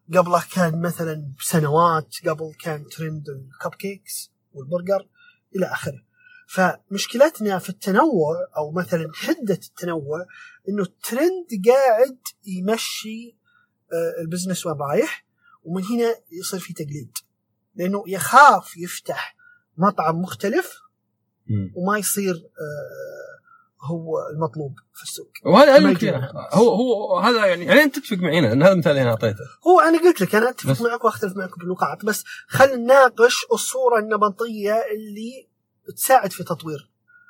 قبله كان مثلا بسنوات قبل كان ترند الكب كيكس والبرجر إلى آخره. فمشكلتنا في التنوع أو مثلا حدة التنوع إنه الترند قاعد يمشي البزنس وين رايح، ومن هنا يصير في تقليد، لأنه يخاف يفتح مطعم مختلف وما يصير هو المطلوب في السوق. وهذا هو هذا يعني أنت تتفق معينا أن هذا مثال أنا أعطيته. هو أنا قلت لك أنا أتفق معك وأختلف معك بالنقاط، بس خلينا نناقش الصورة النمطية اللي تساعد في تطوير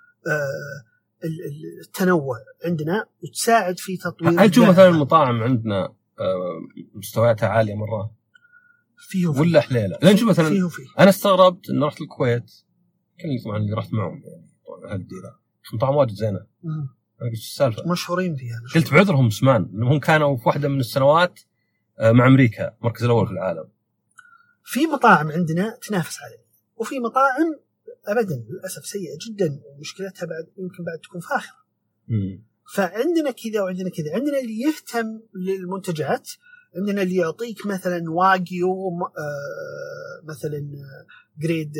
التنوع عندنا وتساعد في تطوير. هل تشوف مثلا المطاعم عندنا مستوياتها عالية مرة فيه ولا حليلة؟ لأن شو مثلا فيه. أنا استغربت إن رحت الكويت، كل طبعا اللي رحت معهم يعني هالديرة مطاعم واجد زينة. أنا قلت السالفة مشهورين فيها. قلت بعذرهم سمان إنهم كانوا في واحدة من السنوات مع أمريكا المركز الأول في العالم. في مطاعم عندنا تنافس عليه، وفي مطاعم أبدا للأسف سيئة جدا ومشكلتها بعد يمكن بعد تكون فاخرة. فعندنا كذا وعندنا كذا. عندنا اللي يهتم للمنتجات، عندنا اللي يعطيك مثلا واجيو مثلا جريد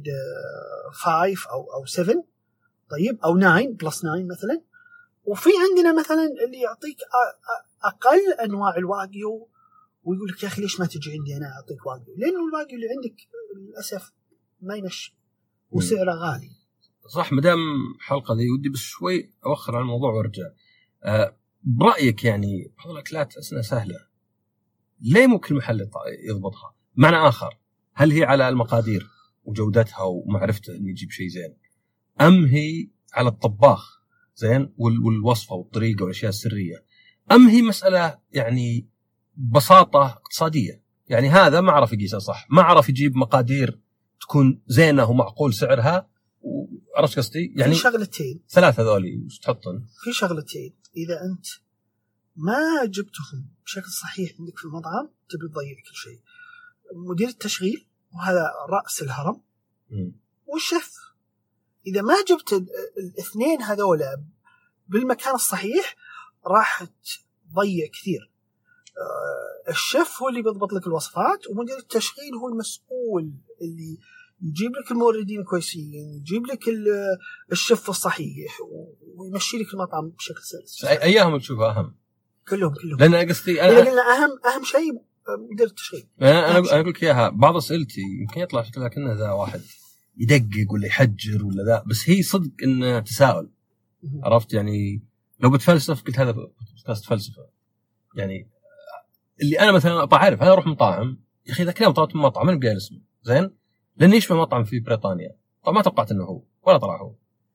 5 أو 7 طيب أو 9+9 مثلا. وفي عندنا مثلا اللي يعطيك أقل أنواع الواجيو ويقول لك يا أخي ليش ما تجي عندي أنا أعطيك واجيو، لأنه الواجيو اللي عندك للأسف ما يمشي وسعره غالي. صح. مدام حلقة ذي ودي بس شوي أوخر عن الموضوع وارجع. برأيك يعني بعض الأكلات أسنى سهلة، ليه مو كل محل يضبطها؟ معنى آخر، هل هي على المقادير وجودتها ومعرفته إنه يجيب شيء زين، أم هي على الطباخ زين والوصفة والطريقة والأشياء السرية، أم هي مسألة يعني بساطة اقتصادية؟ يعني هذا ما عرف يقيسها صح، ما عرف يجيب مقادير تكون زينة ومعقول سعرها. عرفت قصدي؟ يعني في شغلتين ثلاثة ذولي وش تحطن؟ في شغلتين إذا أنت ما جبتهم بشكل صحيح عندك في المطعم تبي تضيع كل شيء. مدير التشغيل وهذا رأس الهرم والشيف، إذا ما جبت الاثنين هذولا بالمكان الصحيح راح تضيع كثير. الشيف هو اللي بيضبط لك الوصفات، ومدير التشغيل هو المسؤول اللي يجيب لك الموردين كويسين، يجيب لك الشيف الصحيح ويمشي لك المطعم بشكل سلس. أيهم تشوفها أهم؟ كلهم لأن قصدي أنا قلنا أهم شيء مدير التشغيل. أنا أقول لك إياها. بعض أسئلتي يمكن يطلع شكلها كأنه ذا واحد يدقق ولا يحجر ولا ذا، بس هي صدق إن تساؤل. عرفت يعني لو بتفلسف قلت هذا بودكاست فلسفة. يعني اللي أنا مثلا أعرف أنا أروح مطاعم يا أخي إذا كلام طلعت من مطعم أنا بقى اسمه زين لأن يشبه مطعم في بريطانيا. طبعا ما توقعت إنه هو ولا طلع هو.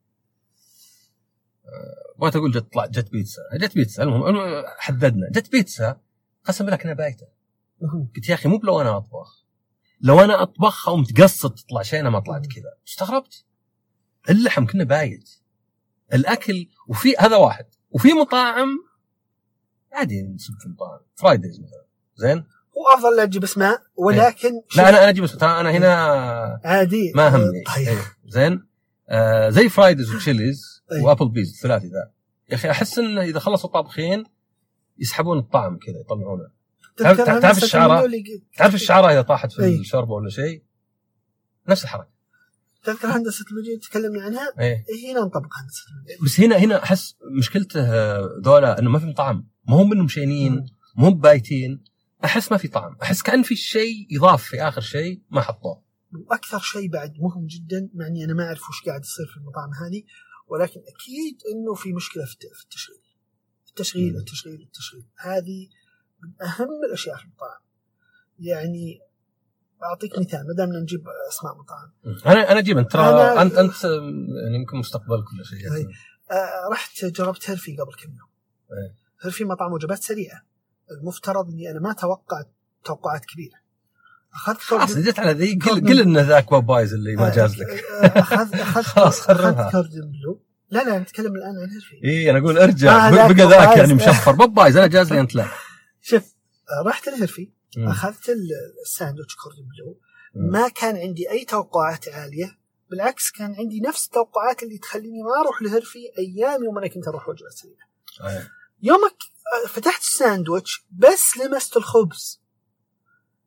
بغيت أقول جت بيتزا المهم حددنا جت بيتزا قسم بالله كنا بايته. قلت يا أخي مو بلو أنا أطبخ، لو أنا أطبخها ومتقصد تطلع شيء ما طلعت كذا. استغربت اللحم كنا بايت الأكل. وفي هذا واحد، وفي مطاعم عادي نسب في مطاعم فرايديز مثلا زين هو أفضل لا تجيب اسماء ولكن لا أنا أجيب اسماء. أنا هنا عادي ما همني. طيب. زين زي فرايديز وتشيليز وأبل بيز الثلاثي ذا يا أخي أحس إن إذا خلصوا الطابخين يسحبون الطعم كذا يطلعونه. تعرف الشعرة إذا طاحت في الشوربة ولا شيء نفس الحركة. تذكر هندسة المجيء تكلمنا عنها؟ هنا نطبق هندسة المجيء. بس هنا أحس مشكلته ذولا إنه ما في طعم، ما هم منهم شينين ما هم بايتين. أحس ما في طعم، أحس كأن في شيء يضاف في آخر شيء ما حطوه. وأكثر شيء بعد مهم جدا، مع أني أنا ما أعرف وش قاعد يصير في المطاعم هذه، ولكن أكيد إنه في مشكلة في التشغيل. التشغيل هذه من أهم الأشياء في المطاعم. يعني أعطيك مثال، ما دامنا نجيب أسماء مطاعم. أنا أجيب أنت يعني يمكن مستقبل كل شيء. رحت جربت هيرفي قبل كم يوم. هيرفي مطعم وجبات سريعة. المفترض إني أنا ما توقعت توقعات كبيرة. خلاص جيت على ذي قل إن ذاك بابايز اللي ما جاز لك. أخذ كوردن بلو. لا نتكلم الآن عن هيرفي. إيه أنا أقول أرجع بقى ذاك يعني مشفر بابايز أنا جاز لي أنت لا. شوف رحت الهيرفي أخذت الساندويتش كوردن بلو. ما كان عندي أي توقعات عالية، بالعكس كان عندي نفس التوقعات اللي تخليني ما أروح لهيرفي أيام يوم أنا كنت أروح وجبات سريعة. يومك فتحت الساندويتش بس لمست الخبز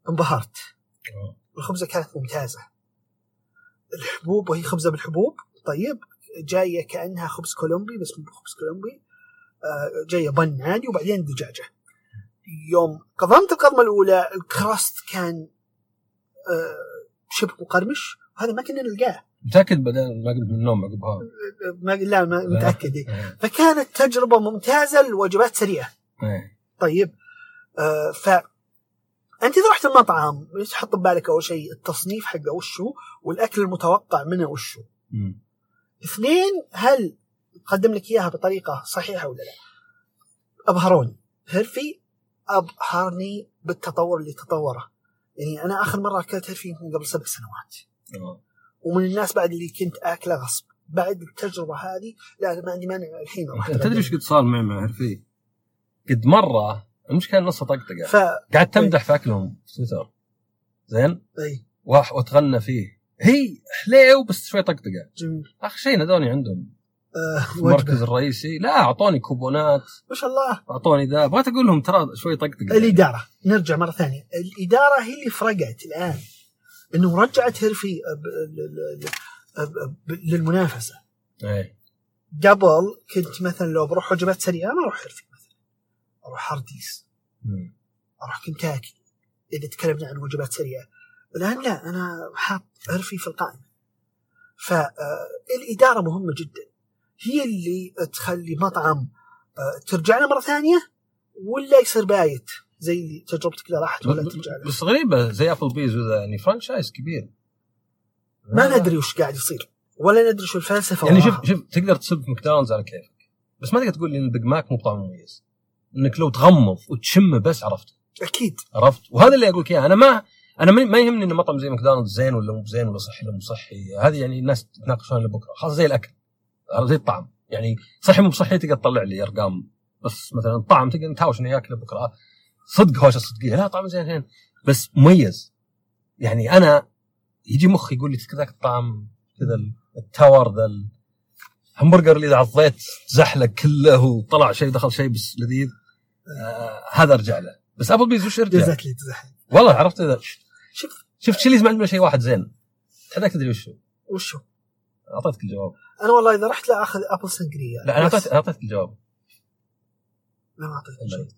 انبهرت. الخبزة كانت ممتازة، الحبوب وهي خبزة بالحبوب، طيب جاية كأنها خبز كولومبي بس مو خبز كولومبي، جاية بن عادي وبعدين دجاجة. يوم قضمت القضمة الأولى الكراست كان شبه مقرمش، وهذا ما كنا نلقاه. متأكد بدل ما قبل من النوم عقبها؟ لا ما متأكد. فكانت تجربة ممتازة لوجبات سريعة. طيب فأنت إذا رحت المطعم تحط ببالك أول شيء التصنيف حقه وشو، والأكل المتوقع منه وشو. اثنين، هل قدم لك إياها بطريقة صحيحة ولا لا؟ أبهروني هيرفي، أبهرني بالتطور اللي تطوره. يعني أنا آخر مرة أكلت هيرفي قبل 7 سنوات، ومن الناس بعد اللي كنت أكله غصب. بعد التجربة هذه لا ما عندي مانع الحين. تدري ايش قد صار معي مع هيرفي؟ قد مرة المشكلة نص طقطقة قاعد تمدح في أكلهم في تويتر، زين؟ أي وتغنى فيه، هي حليو بس شوي طقطقة. جميل. آخر شيء نادوني عندهم المركز الرئيسي، لا أعطوني كوبونات ما شاء الله، أعطوني ذا. بغيت أقول لهم ترى شوي طقطقة. الإدارة، نرجع مرة ثانية، الإدارة هي اللي فرقت الآن، إنه رجعت هيرفي للمنافسة. قبل كنت مثلا لو بروح وجبات سريعة ما أروح هيرفي، مثلا أروح هارديز، أروح كنتاكي إذا تكلمنا عن وجبات سريعة. الآن لا، أنا حاط هيرفي في القائمة. فالإدارة مهمة جدا، هي اللي تخلي مطعم ترجع له مرة ثانية ولا يصير بايت زي تجربتك اللي راحت ولا ترجع له. بس غريبة زي أبل بيز وذا، يعني فرانشايز كبير ما ندري وش قاعد يصير ولا ندري شو الفلسفة. يعني شوف تقدر تسب ماكدونالدز على كيفك، بس ما تقدر تقول لي البيج ماك مو طعم مميز، انك لو تغمض وتشم بس عرفت. اكيد عرفت. وهذا اللي اقول لك اياه. انا ما يهمني ان مطعم زي ماكدونالدز زين ولا مو زين ولا صحي ولا مو صحي، هذه يعني الناس تتناقشون لبكره، خاصه زي الاكل، زي الطعم، يعني صحي مو صحي تقدر تطلع لي ارقام، بس مثلا الطعم تقدر نتهاوش انه ياكله بكره صدق هوشه صدقيه، لا طعم زين بس مميز. يعني انا يجي مخي يقول لي كذاك الطعم كذا، التاور ذا الهمبرجر اللي عضيت زحلق كله وطلع شيء دخل شيء بس لذيذ، هذا ارجع له. بس ابل بيز وش ارجع جزاك لي تزحلق والله. عرفت اذا شفت تشيليز ما عنده شيء واحد زين، تحداك تدري وشو. اعطيتك الجواب. انا والله اذا رحت لا اخذ ابل سانجريا. لا انا اعطيتك الجواب. لا ما اعطيتك شيء.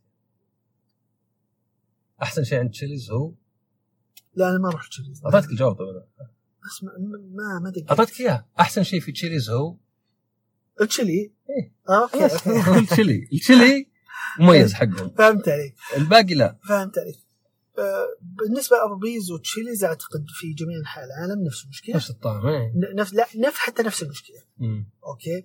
احسن شيء عند تشيليز هو، لا انا ما اروح تشيليز. اعطيتك الجواب طبعا، اسمع ما دقيت. اعطيتك اياه. احسن شيء في تشيليز هو التشيلي. اوكي التشيلي مميز حقهم. فهمت عليك. الباقي لا. فهمت عليك. بالنسبه لأبلبيز وتشيليز اعتقد في جميع انحاء العالم نفس المشكله، نفس الطعم. حتى نفس المشكله. اوكي.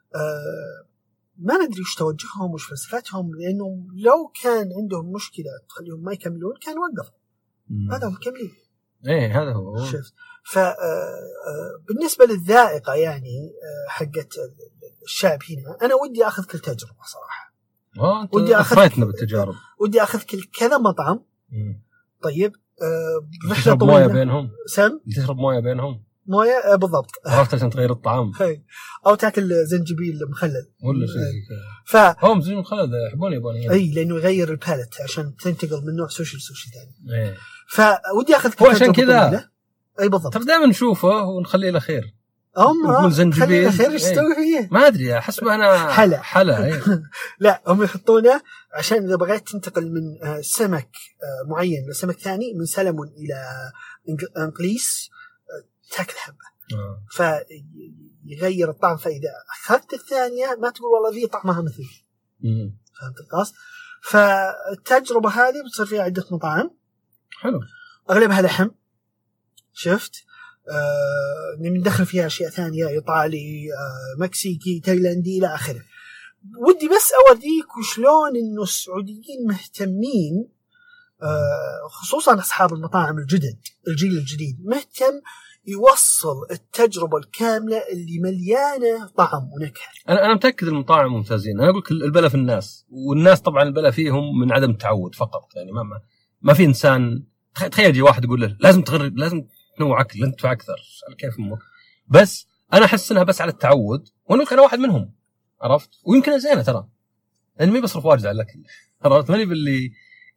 ما ندري وش توجههم وش فلسفتهم، لانه لو كان عندهم مشكله تخليهم ما يكملون كان وقفوا. هذا هم مكملين. هذا هو. شفت. بالنسبه للذائقه يعني حقت الشعب هنا، انا ودي اخذ كل تجربه صراحه. ودي اخذنا بالتجارب، ودي اخذ كذا مطعم. طيب تشرب مويه بينهم. تشرب مويه بينهم. مويه بالضبط. عرفت عشان تغير الطعام. او تاكل زنجبيل مخلل ولا شيء. هم زنجبيل مخلل يحبون يبوني. اي لانه يغير البالت عشان تنتقل من نوع سوشي لسوشي ثاني. فودي اخذ هو عشان كذا. اي بالضبط. ترى دائما نشوفه ونخليه له خير. هم زنجبيل خير ايش تسوي فيه؟ ما ادري، احس انا حلا. لا هم يحطونه عشان اذا بغيت تنتقل من سمك معين لسمك ثاني، من سلمون الى انقليس، تاكل حبه فيغير الطعم. فاذا اخذت الثانيه ما تقول والله ذي طعمها مثل. فهمت القصد؟ فالتجربه هذه بتصير فيها عده مطاعم. حلو. اغلبها لحم. شفت. ندخل فيها أشياء ثانية، إيطالي، مكسيكي، تايلاندي إلى آخره. ودي بس أوريك وشلون إنه السعوديين مهتمين، خصوصا أصحاب المطاعم الجيل الجديد مهتم يوصل التجربة الكاملة اللي مليانة طعم ونكهة. أنا متأكد المطاعم ممتازين. أنا أقولك البلا في الناس، والناس طبعا البلا فيهم من عدم التعود فقط. يعني ما في إنسان تخيل يجي واحد يقول له لازم تغرب، لازم تنوع أكل، لن تدفع أكثر على كيف أمك. بس أنا أحس إنها بس على التعود، وأنا أنا واحد منهم. عرفت. ويمكن زينة ترى، لأني ما بصرف واجد على الأكل. عرفت. ماني باللي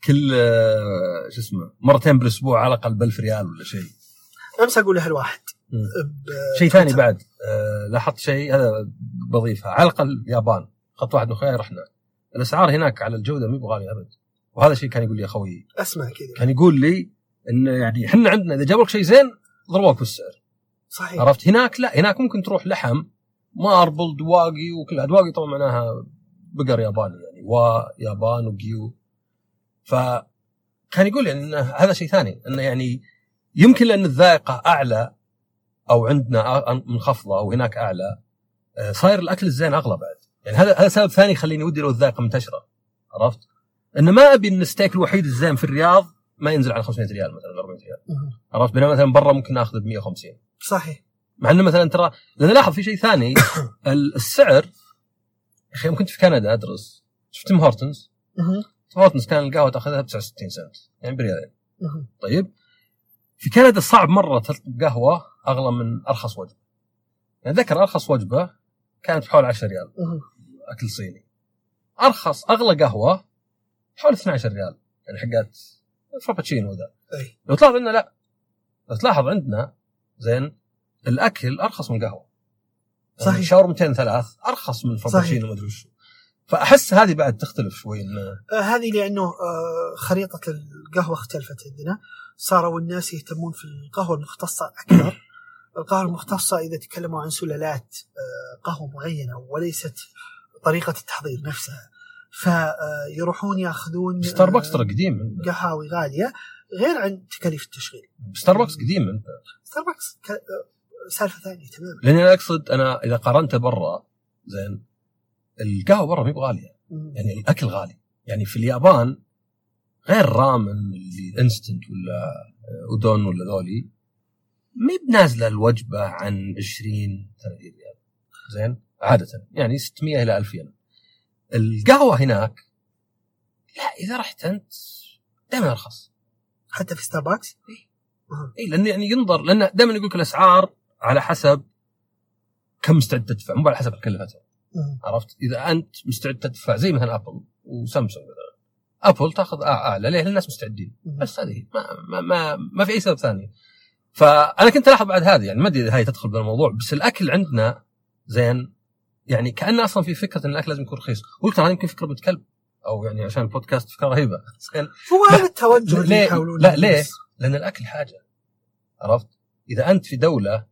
كل شو اسمه مرتين بالاسبوع على الاقل ب1000 ريال ولا شيء. امس اقول له الواحد. شيء ثاني بعد لاحظت شيء هذا بضيفها، على الاقل اليابان خط واحد من اخوياي رحنا، الاسعار هناك على الجوده مو بغاليه ابد. وهذا شيء كان يقول لي اخوي، اسمع كذا، كان يقول لي ان يعني احنا عندنا اذا جابوا لك شيء زين ضربوك بالسعر. صحيح. عرفت؟ هناك لا، هناك ممكن تروح لحم ماربل دواقي وكل دواقي طبعا معناها بقر ياباني يعني ويابان وجيو. فكان يقول يعني ان هذا شيء ثاني، انه يعني يمكن لان الذائقه اعلى او عندنا منخفضه او هناك اعلى، صاير الاكل الزين اغلى بعد. يعني هذا سبب ثاني يخليني ودي لو الذائقه منتشره. عرفت؟ ان ما ابي ان الستيك الوحيد الزين في الرياض ما ينزل على 500 ريال مثلا 400 ريال. عرفت؟ بينما مثلا برا ممكن ناخذ ب 150. صحيح. مع انه مثلا ترى لان لاحظ في شيء ثاني السعر يا اخي. يوم كنت في كندا ادرس شفت تيم هورتنز. تيم هورتنز كان القهوه تاخذها ب 69 سنت يعني بريالين. طيب في كندا صعب مره تطلب قهوه اغلى من ارخص وجبه. يعني ذكر ارخص وجبه كانت بحوالي 10 ريال اكل صيني. ارخص اغلى قهوه حوالي 12 ريال يعني حقات فرابتشينو ذا. لو تلاحظ عندنا لا، لو تلاحظ عندنا زين الاكل ارخص من القهوه. صحيح. يعني شاورمتين 3 ارخص من فرابتشينو ما ادري وش. فاحس هذه بعد تختلف شوي هذه لانه خريطه القهوه اختلفت عندنا، صاروا الناس يهتمون في القهوه المختصه اكثر. القهوه المختصه اذا تكلموا عن سلالات قهوه معينه وليست طريقه التحضير نفسها، فيروحون ياخذون ستاربكس ترى قديم، قهاوي غاليه غير عن تكاليف التشغيل. ستاربكس قديم انت. ستاربكس سالفه ثانيه تماما. لاني انا اقصد انا اذا قارنت برا زين القهوه برا مي بغاليه يعني الاكل غالي. يعني في اليابان غير رامن اللي انستنت ولا اودون ولا ذولي مي بنازله الوجبه عن 20 30 ريال زين عاده يعني 600 الى 2000 ين. القهوه هناك لا اذا رحت انت دائما ارخص حتى في ستاربكس. اي لان يعني ينظر، لان دائما يقول لك الاسعار على حسب كم مستعد تدفع مو على حسب كلفته. عرفت؟ اذا انت مستعد تدفع زي مثلا ابل وسامسونج مثلا، ابل تاخذ اعلى ليه؟ الناس مستعدين. بس هذه ما في اي سبب ثاني. فانا كنت الاحظ بعد هذه يعني ما ادري هاي تدخل بالموضوع، بس الاكل عندنا زين يعني كأن اصلا في فكره ان الاكل لازم يكون رخيص. قلت هذه يمكن فكره بنت كلب او يعني عشان البودكاست فكره رهيبه. هو هذا التوجه اللي يحاولون. لا ليه؟ لان الاكل حاجه. عرفت؟ اذا انت في دوله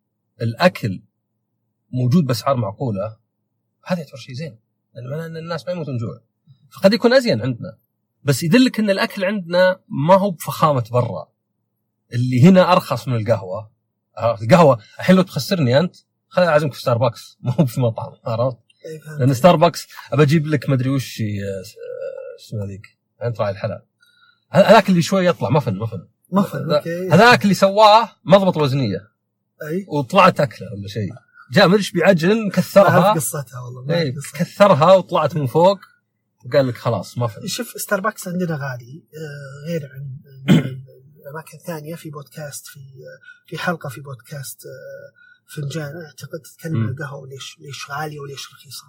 الاكل موجود باسعار معقوله هذا يعتبر شيء زين، لان معناه ان الناس ما يموتون جوع. فقد يكون ازين عندنا بس يدلك ان الاكل عندنا ما هو بفخامه برا اللي هنا ارخص من القهوه. القهوه الحين لو تخسرني انت خليني اعزمك في ستاربكس مو في مطعم. عرفت؟ لان ستاربكس ابى اجيب لك مدري وش اسمه ذيك انت راعي الحلال هذاك اللي شوي يطلع مفن هذاك اللي سواه مضبط الوزنيه وطلعت اكله ولا شيء جاء مدري بيعجن كثرها قصتها والله كثرها وطلعت من فوق وقال لك خلاص مفن. شوف ستاربكس عندنا غالي غير عن أماكن ثانية. في بودكاست في حلقة في بودكاست فنجان أعتقد تتكلم عن القهوة ليش غالية وليش رخيصة.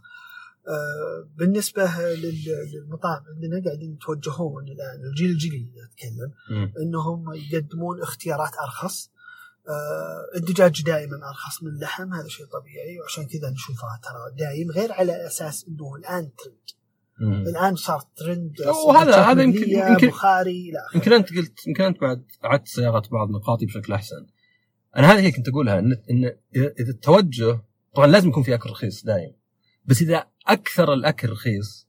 بالنسبة للمطاعم عندنا قاعدين يتوجهون الآن الجيل الجديد أتكلم إنهم يقدمون اختيارات أرخص. الدجاج دائما أرخص من اللحم، هذا شيء طبيعي وعشان كذا نشوفها ترى دائم، غير على أساس إنه الآن ترند. الآن صار ترند وهذا يمكن بخاري لا يمكن أنت قلت يمكن أنت بعد عدت صياغة بعض نقاطي بشكل أحسن. أنا هذه هي كنت أقولها إن إذا التوجه طبعا لازم يكون في أكل رخيص دائم، بس إذا أكثر الأكل رخيص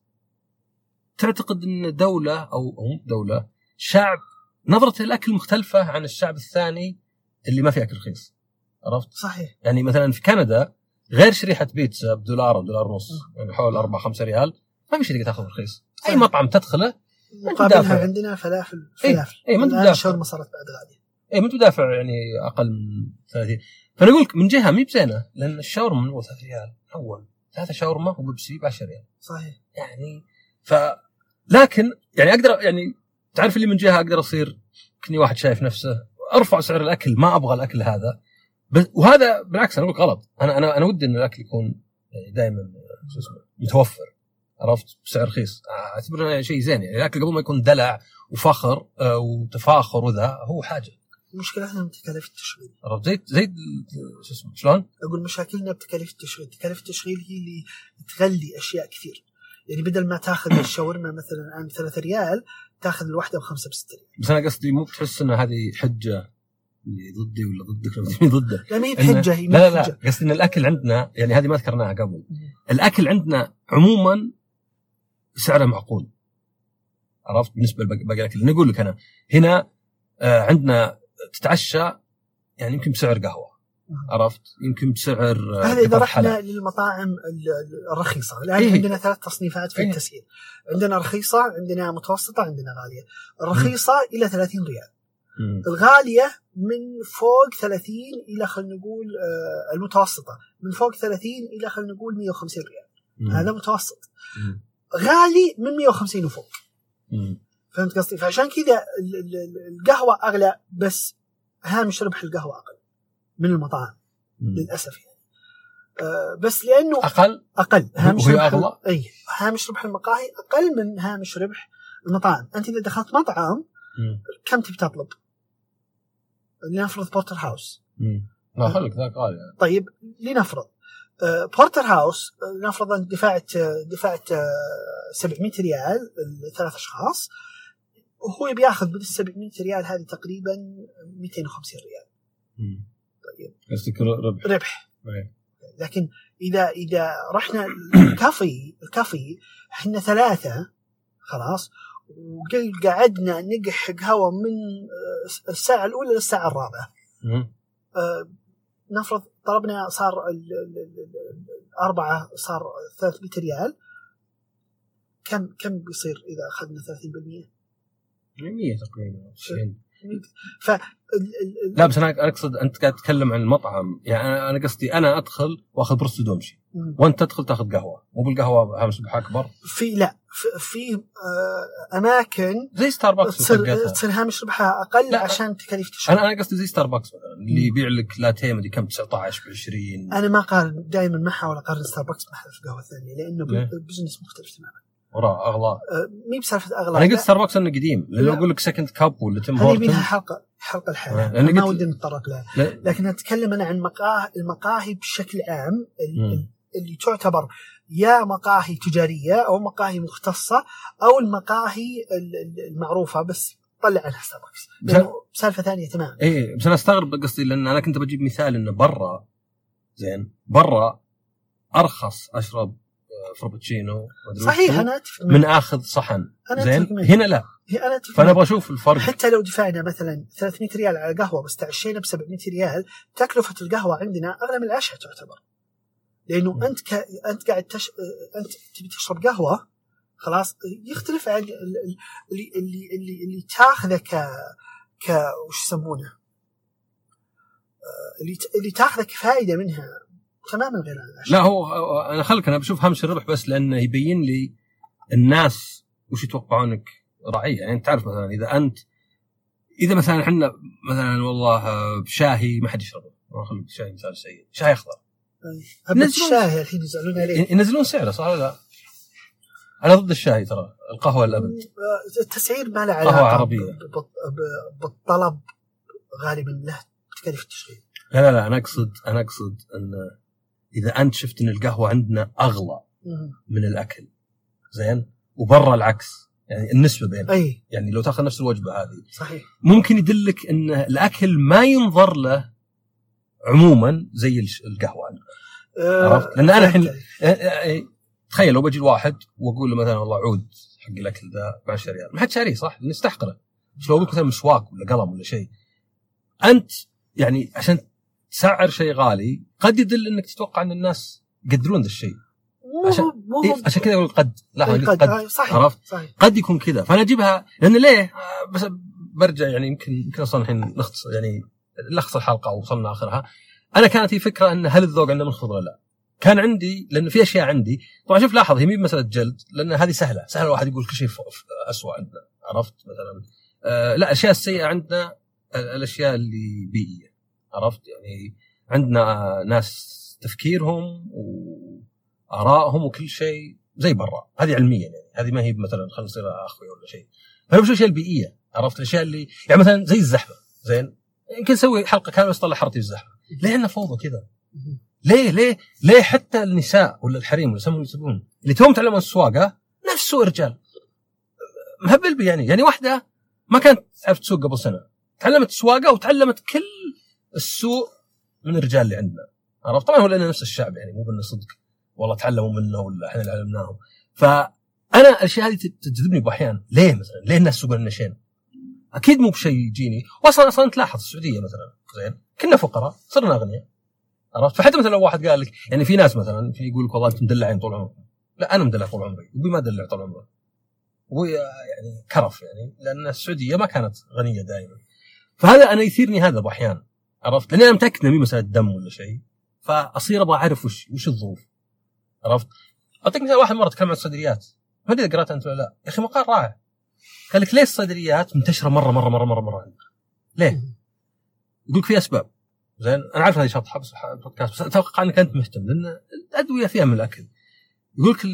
تعتقد إن دولة أو دولة شعب نظرة الأكل مختلفة عن الشعب الثاني اللي ما في أكل رخيص. عرفت؟ صحيح. يعني مثلا في كندا غير شريحة بيتزا $1 أو $1.50 يعني حول 4-5 ريال ما في شيء تقدر تاخذ رخيص. أي مطعم تدخله مقابلها عندنا فلافل ما أنت مدافع. الشاورما صارت بعد غالية. ما أنت مدافع يعني أقل من 30. فأنا أقولك من جهة مي بزينة لأن الشاورما من 3 ريال أول 3 شاورما وبيبسي ب10 ريال. صحيح. يعني لكن يعني أقدر يعني تعرف اللي من جهة أقدر أصير كني واحد شايف نفسه أرفع سعر الأكل ما أبغى الأكل هذا وهذا بالعكس أنا أقولك غلط. أنا ودي إن الأكل يكون يعني دائما متوفر. عرفت بسعر رخيص، اعتبره شيء زين يعني. لكن قبل ما يكون دلع وفخر وتفاخر وذا هو حاجه. مشكلتنا بتكاليف التشغيل. عرفت زي شو اسمه شلون اقول مشاكلنا بتكاليف التشغيل. تكاليف التشغيل هي اللي تغلي اشياء كثير. يعني بدل ما تاخذ الشاورما مثلا عن 3 ريال تاخذ الواحده ب5 ب6 ريال. بس انا قصدي مو بتحس ان هذه حجه اللي ضدي ولا ضدك؟ ضده. لا ما هي بحجه، هي لا قصدي ان الاكل عندنا يعني هذه ما ذكرناها قبل. الاكل عندنا عموما سعره معقول، عرفت بالنسبه لباقي الاكل. نقول لك انا هنا عندنا تتعشى يعني يمكن بسعر قهوه، عرفت، يمكن بسعر هذا اذا رحنا للمطاعم الرخيصه. الان عندنا 3 تصنيفات في التسعير. عندنا رخيصه، عندنا متوسطه، عندنا غاليه. الرخيصه الى 30 ريال، الغاليه من فوق 30 الى خلينا نقول المتوسطه من فوق 30 الى خلينا نقول 150 ريال. هذا متوسط. غالي من 150 وفوق. فهمت قصدي؟ فعشان كذا القهوه اغلى، بس هامش ربح القهوه اقل من المطاعم للاسف يعني. بس لانه اقل هامش ربح أغلى. اي هامش ربح المقاهي اقل من هامش ربح المطاعم. انت اذا دخلت مطعم كم تبي تطلب؟ لنفرض بورتر هاوس. لا خليك ذاك غالي يعني. طيب لنفرض بورتر هاوس، نفرض ان دفعت 700 ريال ل3 أشخاص، وهو بياخذ من 700 ريال هذه تقريبا 250 ريال. طيب قصدك ربح. لكن اذا رحنا الكافي احنا 3 خلاص، وقعدنا نقح قهوه من الساعه الاولى للساعه الرابعه. نفرض طلبنا صار 4 صار 300 ريال. كم بيصير اذا اخذنا 30%؟ 100 تقريبا. لا بس انا اقصد انت قاعد تتكلم عن المطعم يعني. انا قصدي انا ادخل واخذ برست وامشي، وانت تدخل تاخذ قهوه، مو بالقهوه هامش ربح اكبر. في اماكن زي ستاربكس تصير هامش ربحها اقل عشان تكاليف التشغيل. انا قصدي زي ستاربكس اللي يبيع لك لاتيه مدري كم 19 ب20. انا ما قارن، دائما ما احاول اقارن ستاربكس محل القهوه الثانيه لانه بزنس مختلف تماما. وراه اغلى. مي بسالفه اغلى. انا قلت ستاربكس انه قديم لانه اقول لك سكند كاب ولا تيم هورتون. هذه منها حلقه الحالة ما ودي نتطرق لها. لكن اتكلم انا عن المقاهي بشكل عام اللي تعتبر يا مقاهي تجاريه او مقاهي مختصه او المقاهي المعروفه بس طلع عنها ستاربكس سالفه ثانيه تمام. ايه بس انا استغرب قصدي لان انا كنت بجيب مثال انه برا ارخص اشرب فرابتشينو صحيح انا اتفق من اخذ صحن زين. هنا لا، انا اتفق. فانا ابغى اشوف الفرق. حتى لو دفعنا مثلا 300 ريال على قهوه بس تعشينا ب700 ريال، تكلفه القهوه عندنا اغلى من العشاء تعتبر. لانه انت قاعد انت تبي تشرب قهوه خلاص، يختلف عن اللي تاخذه وش يسمونه، اللي تاخذه كفائده منها تماما غير العشاء. لا هو انا انا بشوف هامش الربح بس لانه يبين لي الناس وش يتوقعونك رعيه. يعني انت تعرف مثلا اذا مثلا احنا مثلا والله شاهي ما حد يشربه، ما خليك شاي مثال سيء، شاي اخضر الشاي الحين يزعلون عليه، ينزلون سعره صح ولا لا؟ انا ضد الشاي ترى، القهوه الابد. التسعير ما له علاقه قهوه عربيه بالطلب غالبا له تكاليف التشغيل. لا انا اقصد ان اذا انت شفت ان القهوه عندنا اغلى من الاكل زين، وبرا العكس يعني النسبه بين يعني لو تاخذ نفس الوجبه هذه صحيح ممكن يدلك ان الاكل ما ينظر له عموما زي القهوه عندنا. عرفت؟ لان انا الحين تخيل لو بجي الواحد واقول له مثلا والله عود حق الاكل ذا ب10 ريال، ما حد شاريه صح لانه يستحقره. بس لو اقول مثلا مسواك ولا قلم ولا شيء، انت يعني عشان تسعر شيء غالي قد يدل انك تتوقع ان الناس يقدرون ذا الشيء عشان كذا اقول قد صحيح. عرفت صحيح. قد يكون كذا. فانا اجيبها لان ليه بس برجع يعني يمكن اصلا الحين نختص يعني لخص الحلقه ووصلنا اخرها. انا كانت هي فكره ان هل الذوق عندنا منخفض ولا لا. كان عندي لان في اشياء عندي طبعا شوف لاحظ هي مي مساله جلد لان هذه سهله الواحد يقول كل شيء اسوء عندنا. عرفت مثلا لا الاشياء السيئه عندنا الاشياء اللي بيئيه. عرفت يعني عندنا ناس تفكيرهم وآرائهم وكل شيء زي برا، هذه علميا يعني، هذه ما هي مثلا خلينا نصير اخوي ولا شيء. فانا بشوف الاشياء البيئيه، عرفت الاشياء اللي يعني مثلا زي الزحمه، زين يمكن نسوي حلقه كامله بس طلع حرتي الزحمه، ليه عندنا فوضى كذا؟ ليه حتى النساء ولا الحريم ولا يسمون اللي توهم تعلمون السواقه نفس سوق الرجال مهبل يعني واحده ما كانت تعرف تسوق قبل سنه تعلمت السواقه وتعلمت كل السوق من الرجال اللي عندنا، عرفت؟ طبعا هو لنا نفس الشعب يعني، مو بأنه صدق والله تعلموا منه ولا احنا اللي علمناهم. فانا الاشياء هذه تجذبني باحيان. ليه مثلا ليه الناس يسوقون لنا شيء؟ اكيد مو بشيء يجيني، واصلا تلاحظ السعوديه مثلا زين كنا فقراء صرنا اغنياء، عرفت؟ فحتى مثلا لو واحد قال لك يعني في ناس مثلا في يقول لك والله انتم مدلعين طول عمركم، لا انا مدلع طول عمري، ابوي ما دلع طول عمره، ابوي يعني كرف يعني، لان السعوديه ما كانت غنيه دائما. فهذا انا يثيرني هذا باحيان، عرفت؟ لاني انا متاكد انه مو مساله دم ولا شيء، فاصير ابغى اعرف وش الظروف، عرفت؟ اعطيك مثال، واحد مره تكلم عن الصيدليات، ما ادري قرأت انت ولا لا يا اخي، مقال رائع. قال لك ليه الصيدليات منتشره مره مره مره مره مره ليه؟ يقول لك في اسباب. زين انا عارف هذه شطحه بس بودكاست، بس اتوقع انك انت مهتم لان الادويه فيها من الاكل. يقول لك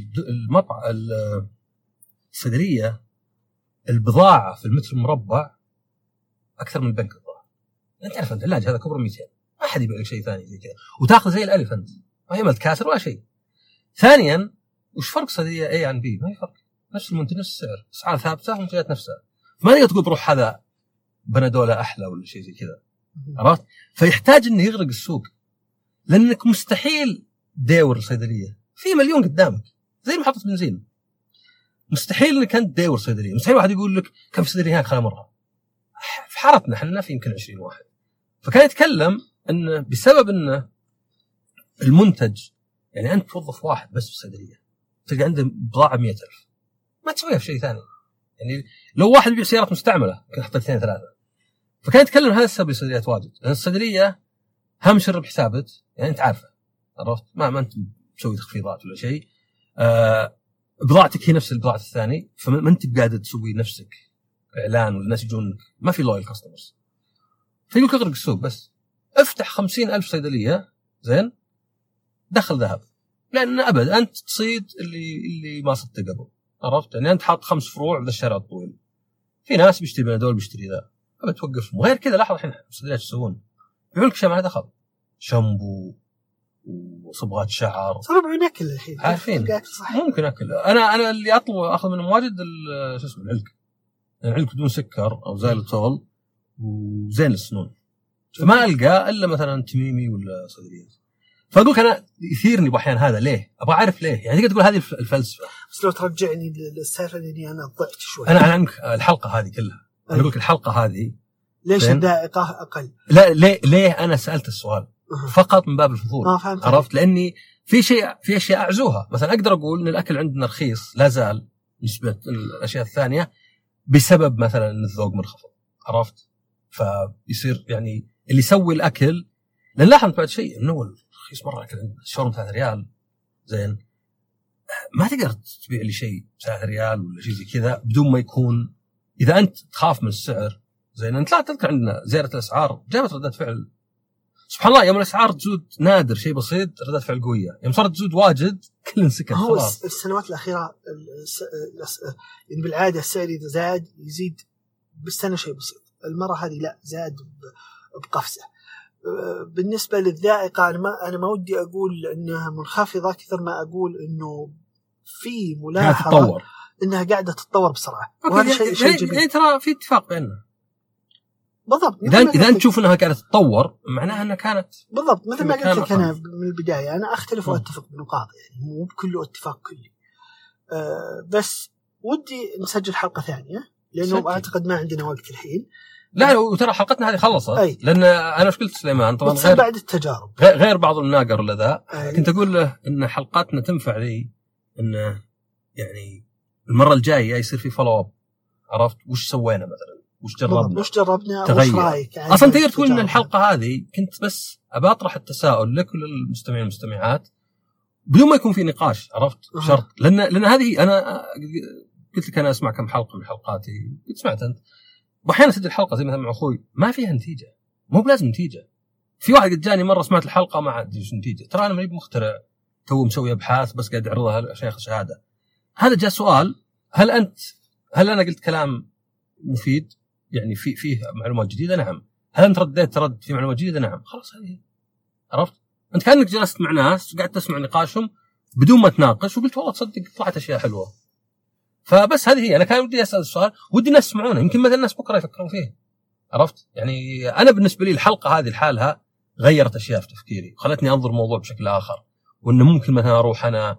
الصيدليه البضاعه في المتر المربع اكثر من البنك الضاع. انت تعرف انت العلاج هذا كبره 200، ما حد يبيع لك شيء ثاني زي كذا وتاخذ زي الالف انت، ما هي متكاسر ولا شيء. ثانيا وش فرق صيدليه A عن B؟ ما هي فرق، نفس المنتج نفس السعر، اسعار ثابته ومنتجات نفسها. ما تقدر تقول بروح هذا بنادولا احلى ولا شيء زي كذا، عرفت؟ فيحتاج انه يغرق السوق، لانك مستحيل تدور صيدليه في مليون قدامك زي محطه بنزين، مستحيل انك انت تدور صيدليه، مستحيل واحد يقول لك كم صيدليه هناك خلال مره. في حارتنا احنا في يمكن 20 واحد. فكان يتكلم انه بسبب انه المنتج يعني انت توظف واحد بس في الصيدليه تلقى عنده بضاعه 100,000 ما تسويها في شيء ثاني. يعني لو واحد يبيع سيارات مستعمله كان يحط 2 3. فكان يتكلم هذا السبب الصيدليات واجد، لان الصيدليه هامش الربح ثابت يعني انت عارفه، عرفت؟ ما انت مسوي تخفيضات ولا شيء، بضاعتك هي نفس البضاعه الثانيه، فما انت قاعد تسوي نفسك اعلان والناس يجون ما في لويال كاستمرز. فيقول اغرق السوق، بس افتح 50,000 صيدليه زين دخل ذهب، لان ابد انت تصيد اللي ما صدت قبل، عرفت؟ يعني انت حاط 5 فروع بذا الشارع الطويل، في ناس بيشتري بنادول بيشتري ذا، ابد توقفهم. وغير كذا لاحظ الحين الصيدليات يسوون يبيعون لك شيء ما دخل، شامبو وصبغات شعر، صار يبيعون اكل الحين عارفين ممكن اكل. انا اللي اطلب اخذ منهم واجد شو اسمه العلك بدون سكر او زايلتول وزين للسنون، فما القى الا مثلا تميمي ولا صيدليات. فاقول انا يثيرني باحيان هذا ليه، ابغى اعرف ليه. يعني تقدر تقول هذه الفلسفه، بس لو ترجعني للسالفه اللي انا ضعت شوي. انا عنك الحلقه هذه كلها انا اقول لك الحلقه هذه ليش الدائقه اقل؟ لا ليه انا سالت السؤال فقط من باب الفضول، عرفت؟ لاني في اشياء اعزوها، مثلا اقدر اقول ان الاكل عندنا رخيص لا زال نسبه الاشياء الثانيه بسبب مثلا ان الذوق منخفض، عرفت؟ فيصير يعني اللي يسوي الاكل، لان لاحظت بعد شيء انه رخيص مره اكل عندنا، الشاورما 3 ريال زين، ما تقدر تبيع لي شيء 3 ريال ولا شيء زي كذا بدون ما يكون، اذا انت تخاف من السعر زين. انت لا تذكر عندنا زياده الاسعار جابت ردات فعل سبحان الله، يوم الاسعار تزود نادر شيء بسيط ردات فعل قويه، يوم صارت تزود واجد كل سكت خلاص. هو السنوات الاخيره يعني بالعاده السعر اذا زاد يزيد بالسنه شيء بسيط، المره هذه لا زاد بقفزه. بالنسبه للذائقه انا ما ودي اقول انها منخفضه كثر ما اقول انه في ملاحظه انها قاعده تتطور بسرعه، وهذا شيء جميل. يعني ترى في اتفاق بيننا بالضبط. اذا انت تشوف انها قاعده تتطور معناها انها كانت بالضبط مثل ما قلت لك انا من البدايه، انا اختلف واتفق بنقاط، يعني مو بكله اتفاق كلي. بس ودي نسجل حلقه ثانيه لانه اعتقد ما عندنا وقت الحين. لا وترى حلقتنا هذه خلصت لان انا ايش قلت سليمان طبعا غير بعد التجارب غير بعض المناقر ولا ذا كنت اقول له ان حلقاتنا تنفع لي انه يعني المره الجايه يصير في فولو اب، عرفت وش سوينا مثلا وش جربنا وش رايك. يعني اصلا تقدر تقول ان الحلقه هذه كنت بس ابى اطرح التساؤل لك وللمستمعين والمستمعات بدون ما يكون في نقاش، عرفت؟ شرط لان هذه انا قلت لك انا اسمع كم حلقه من حلقاتي، قلت سمعت انت واحيانا اسجل حلقه زي مثلا مع اخوي ما فيها نتيجه، مو بلازم نتيجه. في واحد قد جاني مره سمعت الحلقه ما عاد ايش نتيجه، ترى انا ماني مخترع تو مسوي ابحاث بس قاعد يعرضها لشيخ شهاده. هذا جاء سؤال، هل انا قلت كلام مفيد يعني فيه معلومات جديده؟ نعم. هل انت رديت رد في معلومات جديده؟ نعم. خلاص هذه عرفت. انت كانك جلست مع ناس وقعدت تسمع نقاشهم بدون ما تناقش وقلت والله تصدق طلعت اشياء حلوه. فبس هذه هي. انا كان ودي اسال السؤال، ودي الناس يسمعونه، يمكن مثلا الناس بكره يفكرون فيه. عرفت يعني انا بالنسبه لي الحلقه هذه لحالها غيرت اشياء في تفكيري وخلتني انظر الموضوع بشكل اخر، وانه ممكن مثلا اروح انا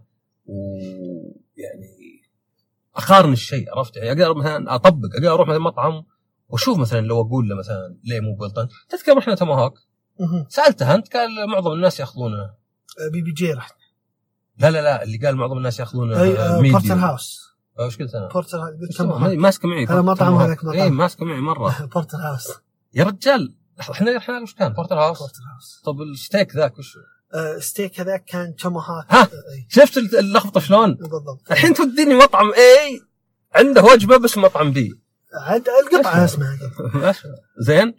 ويعني اقارن الشيء. عرفت يعني اقدر مثلا اطبق، اروح مثلا مطعم واشوف مثلا لو اقول له مثلا ليه مو بلطن. تذكر رحنا توماهوك سالته انت، قال معظم الناس ياخذونه بي بي جي. رحنا لا اللي قال معظم الناس ياخذونه بورتر هاوس. ايش قلت انا؟ بورتر هاوس. ماسكه معي انا مطعم هذاك مطعم. اي ماسكه معي مره. بورتر هاوس يا رجال احنا وش كان بورتر هاوس؟ طب الستيك ذاك وش؟ ستيك هذاك كان توماهوك. شفت اللخبطه شلون؟ بالضبط. الحين توديني مطعم اي عنده وجبه بس مطعم بي عاد القطعه اسمها زين.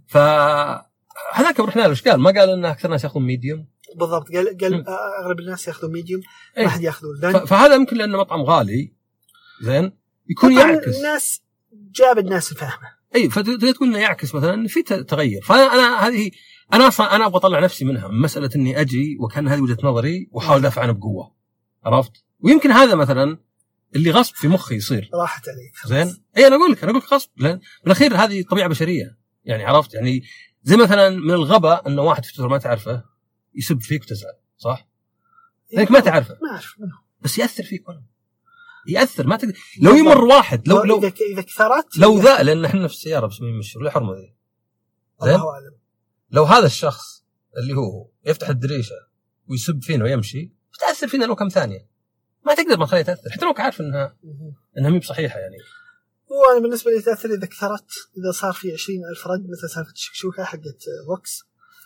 فهذاك رحنا له، ايش قال؟ ما قال ان اكثر الناس ياخذون ميديوم. بالضبط. قال اغلب الناس ياخذون ميديوم، ما حد ياخذون. فهذا يمكن لانه مطعم غالي زين يكون يعكس الناس، جاب الناس الفاهمه. اي فتقول انه يعكس مثلا ان في تغير. فانا هذه انا اصلا انا ابغى اطلع نفسي منها، من مساله اني اجي وكان هذه وجهه نظري واحاول ادافع عنها بقوه. عرفت؟ ويمكن هذا مثلا اللي غصب في مخي يصير. راحت عليك زين. اي انا اقول لك غصب، لان بالاخير هذه طبيعه بشريه يعني. عرفت يعني زي مثلا من الغباء انه واحد في تويتر ما تعرفه يسب فيك وتزعل، صح؟ لانك ما تعرفه، ما اعرف منه، بس ياثر فيك ولا ياثر. ما تقدر لو يمر واحد لو اذا كثرت لو ذا، لان احنا في السياره بس مين مشي ولا حرمه ذي. الله اعلم. لو هذا الشخص اللي هو يفتح الدريشه ويسب فينا ويمشي تاثر فينا لو كم ثانيه، ما تقدر ما تخليها تاثر حتى لو عارف انها مي بصحيحه يعني. وانا بالنسبه لي تاثر اذا كثرت، اذا صار في 20,000 رد مثل سالفه الشكشوكه حقت فوكس.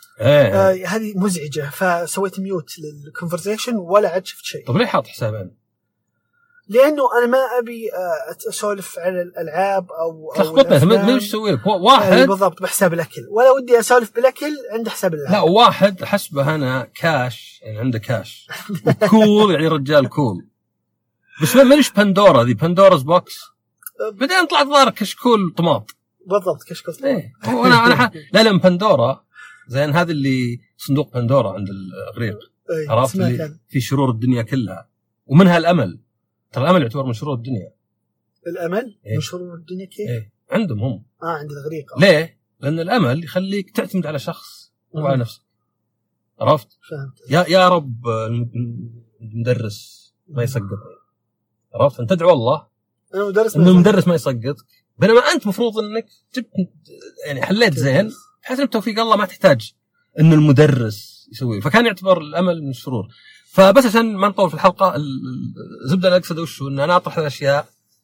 هذه مزعجه، فسويت ميوت للكونفرزيشن ولا عاد شفت شيء. طب ليه حاط حسابين؟ لانه انا ما ابي اسولف على الالعاب او تلخبطنا. ما ايش اسوي لك واحد بالضبط بحساب الاكل، ولا ودي اسولف بالاكل عند حساب الالعاب. لا واحد حسبه انا كاش يعني عنده كاش كول يعني رجال كول، بس ما ليش بندورا ذي باندورا's بوكس. بعدين طلعت ظاهر كشكول طماط. بالضبط كشكول طماط. ايه انا لا باندورا زين، هذا اللي صندوق باندورا عند الاغريق. عرفت اللي في شرور الدنيا كلها ومنها الامل. ترى الامل يعتبر من شرور الدنيا. الامل من شرور الدنيا كيف؟ عندهم هم. عند الاغريق. ليه؟ لان الامل يخليك تعتمد على شخص مو على نفسك. عرفت؟ فهمت. يا رب المدرس ما يسقطني. عرفت؟ انت تدعو الله المدرس ما يسقطك، بينما انت مفروض انك جبت يعني حليت زين حسب توفيق الله، ما تحتاج انه المدرس يسوي. فكان يعتبر الامل من الشرور. فبس عشان ما نطول في الحلقه، الزبده اللي اقصده وش ان انا اطرح الاشياء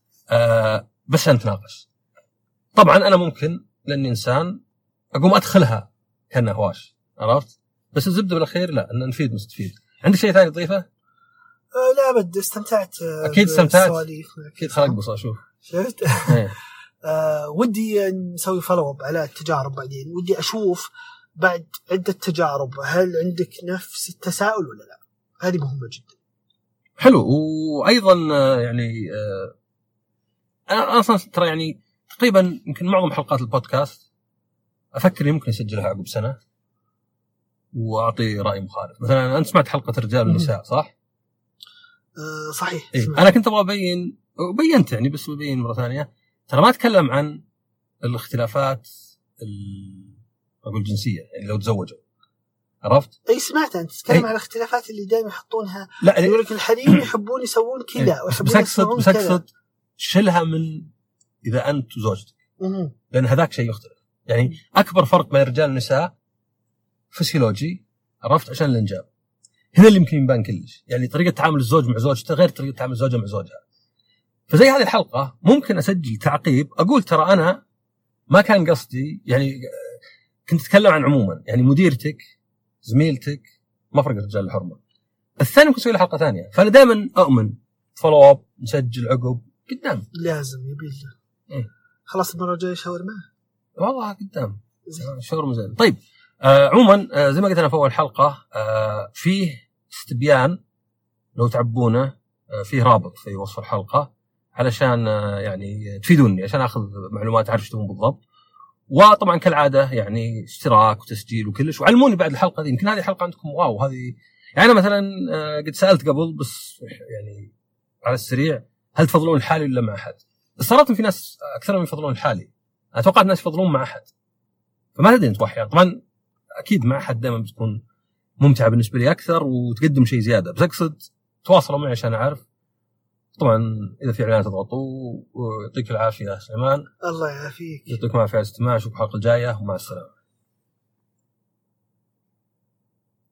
بس عشان نتناقش. طبعا انا ممكن لاني انسان اقوم ادخلها كانها هواش. عرفت؟ بس الزبده بالاخير لا، ان نفيد مستفيد. عندك شيء ثاني تضيفه؟ لا بد استمتعت. اكيد استمتعت. اكيد خلق بص اشوف شفت. ودي نسوي فولو اب على التجارب بعدين. ودي اشوف بعد عده تجارب هل عندك نفس التساؤل ولا لا. هذه مهمه جدا. حلو. وايضا يعني انا اصلا ترى يعني تقريبا يمكن معظم حلقات البودكاست افكر يمكن اسجلها عقب سنه واعطي راي مخالف. مثلا انت سمعت حلقه الرجال والنساء صح؟ صحيح. انا كنت ابغى ابين وبينت يعني، بس ببين مره ثانيه ترى ما اتكلم عن الاختلافات اقول الجنسيه يعني لو تزوجوا. عرفت؟ اي سمعت انت تتكلم عن الاختلافات اللي دائما يحطونها. لا يقول لك الحريم يحبون يسوون كذا ويحبون يسوون كذا. بس اقصد شلها من اذا انت وزوجتك، لان هذاك شيء يختلف. يعني اكبر فرق بين الرجال والنساء فسيولوجي. عرفت؟ عشان الانجاب هنا اللي يمكن يبان كلش. يعني طريقه تعامل الزوج مع زوجته غير طريقه تعامل الزوجه مع زوجها. فزي هذه الحلقه ممكن اسجل تعقيب اقول ترى انا ما كان قصدي، يعني كنت اتكلم عن عموما يعني مديرتك زميلتك ما فرق الرجال الحرمه. الثاني ممكن اسوي له حلقه ثانيه. فانا دائما اؤمن فولو اب نسجل عقب قدام لازم يبي له. خلاص المره الجايه شاور معه والله قدام شاور زين. طيب عموما زي ما قلت انا في اول حلقه فيه استبيان لو تعبونه فيه رابط في وصف الحلقة علشان يعني تفيدوني عشان أخذ معلومات أعرف شو بالضبط. وطبعا كالعادة يعني اشتراك وتسجيل وكلش، وعلموني بعد الحلقة دي، يمكن هذه الحلقة عندكم واو هذه. يعني أنا مثلا قد سألت قبل بس يعني على السريع هل تفضلون الحالي ولا مع أحد؟ صارت في ناس أكثرهم يفضلون الحالي، أتوقع الناس يفضلون مع أحد، فما تدري نتوحى يعني. طبعا أكيد مع أحد دائما بتكون ممتعة بالنسبة لي أكثر وتقدم شيء زيادة، بس أقصد تواصلوا معي عشان أعرف. طبعا إذا في إعلانات تضغطوا، ويعطيك العافية سليمان. الله يعافيك. يعطيكم العافية على الاستماع، أشوفكم الحلقة الجاية ومع السلامة.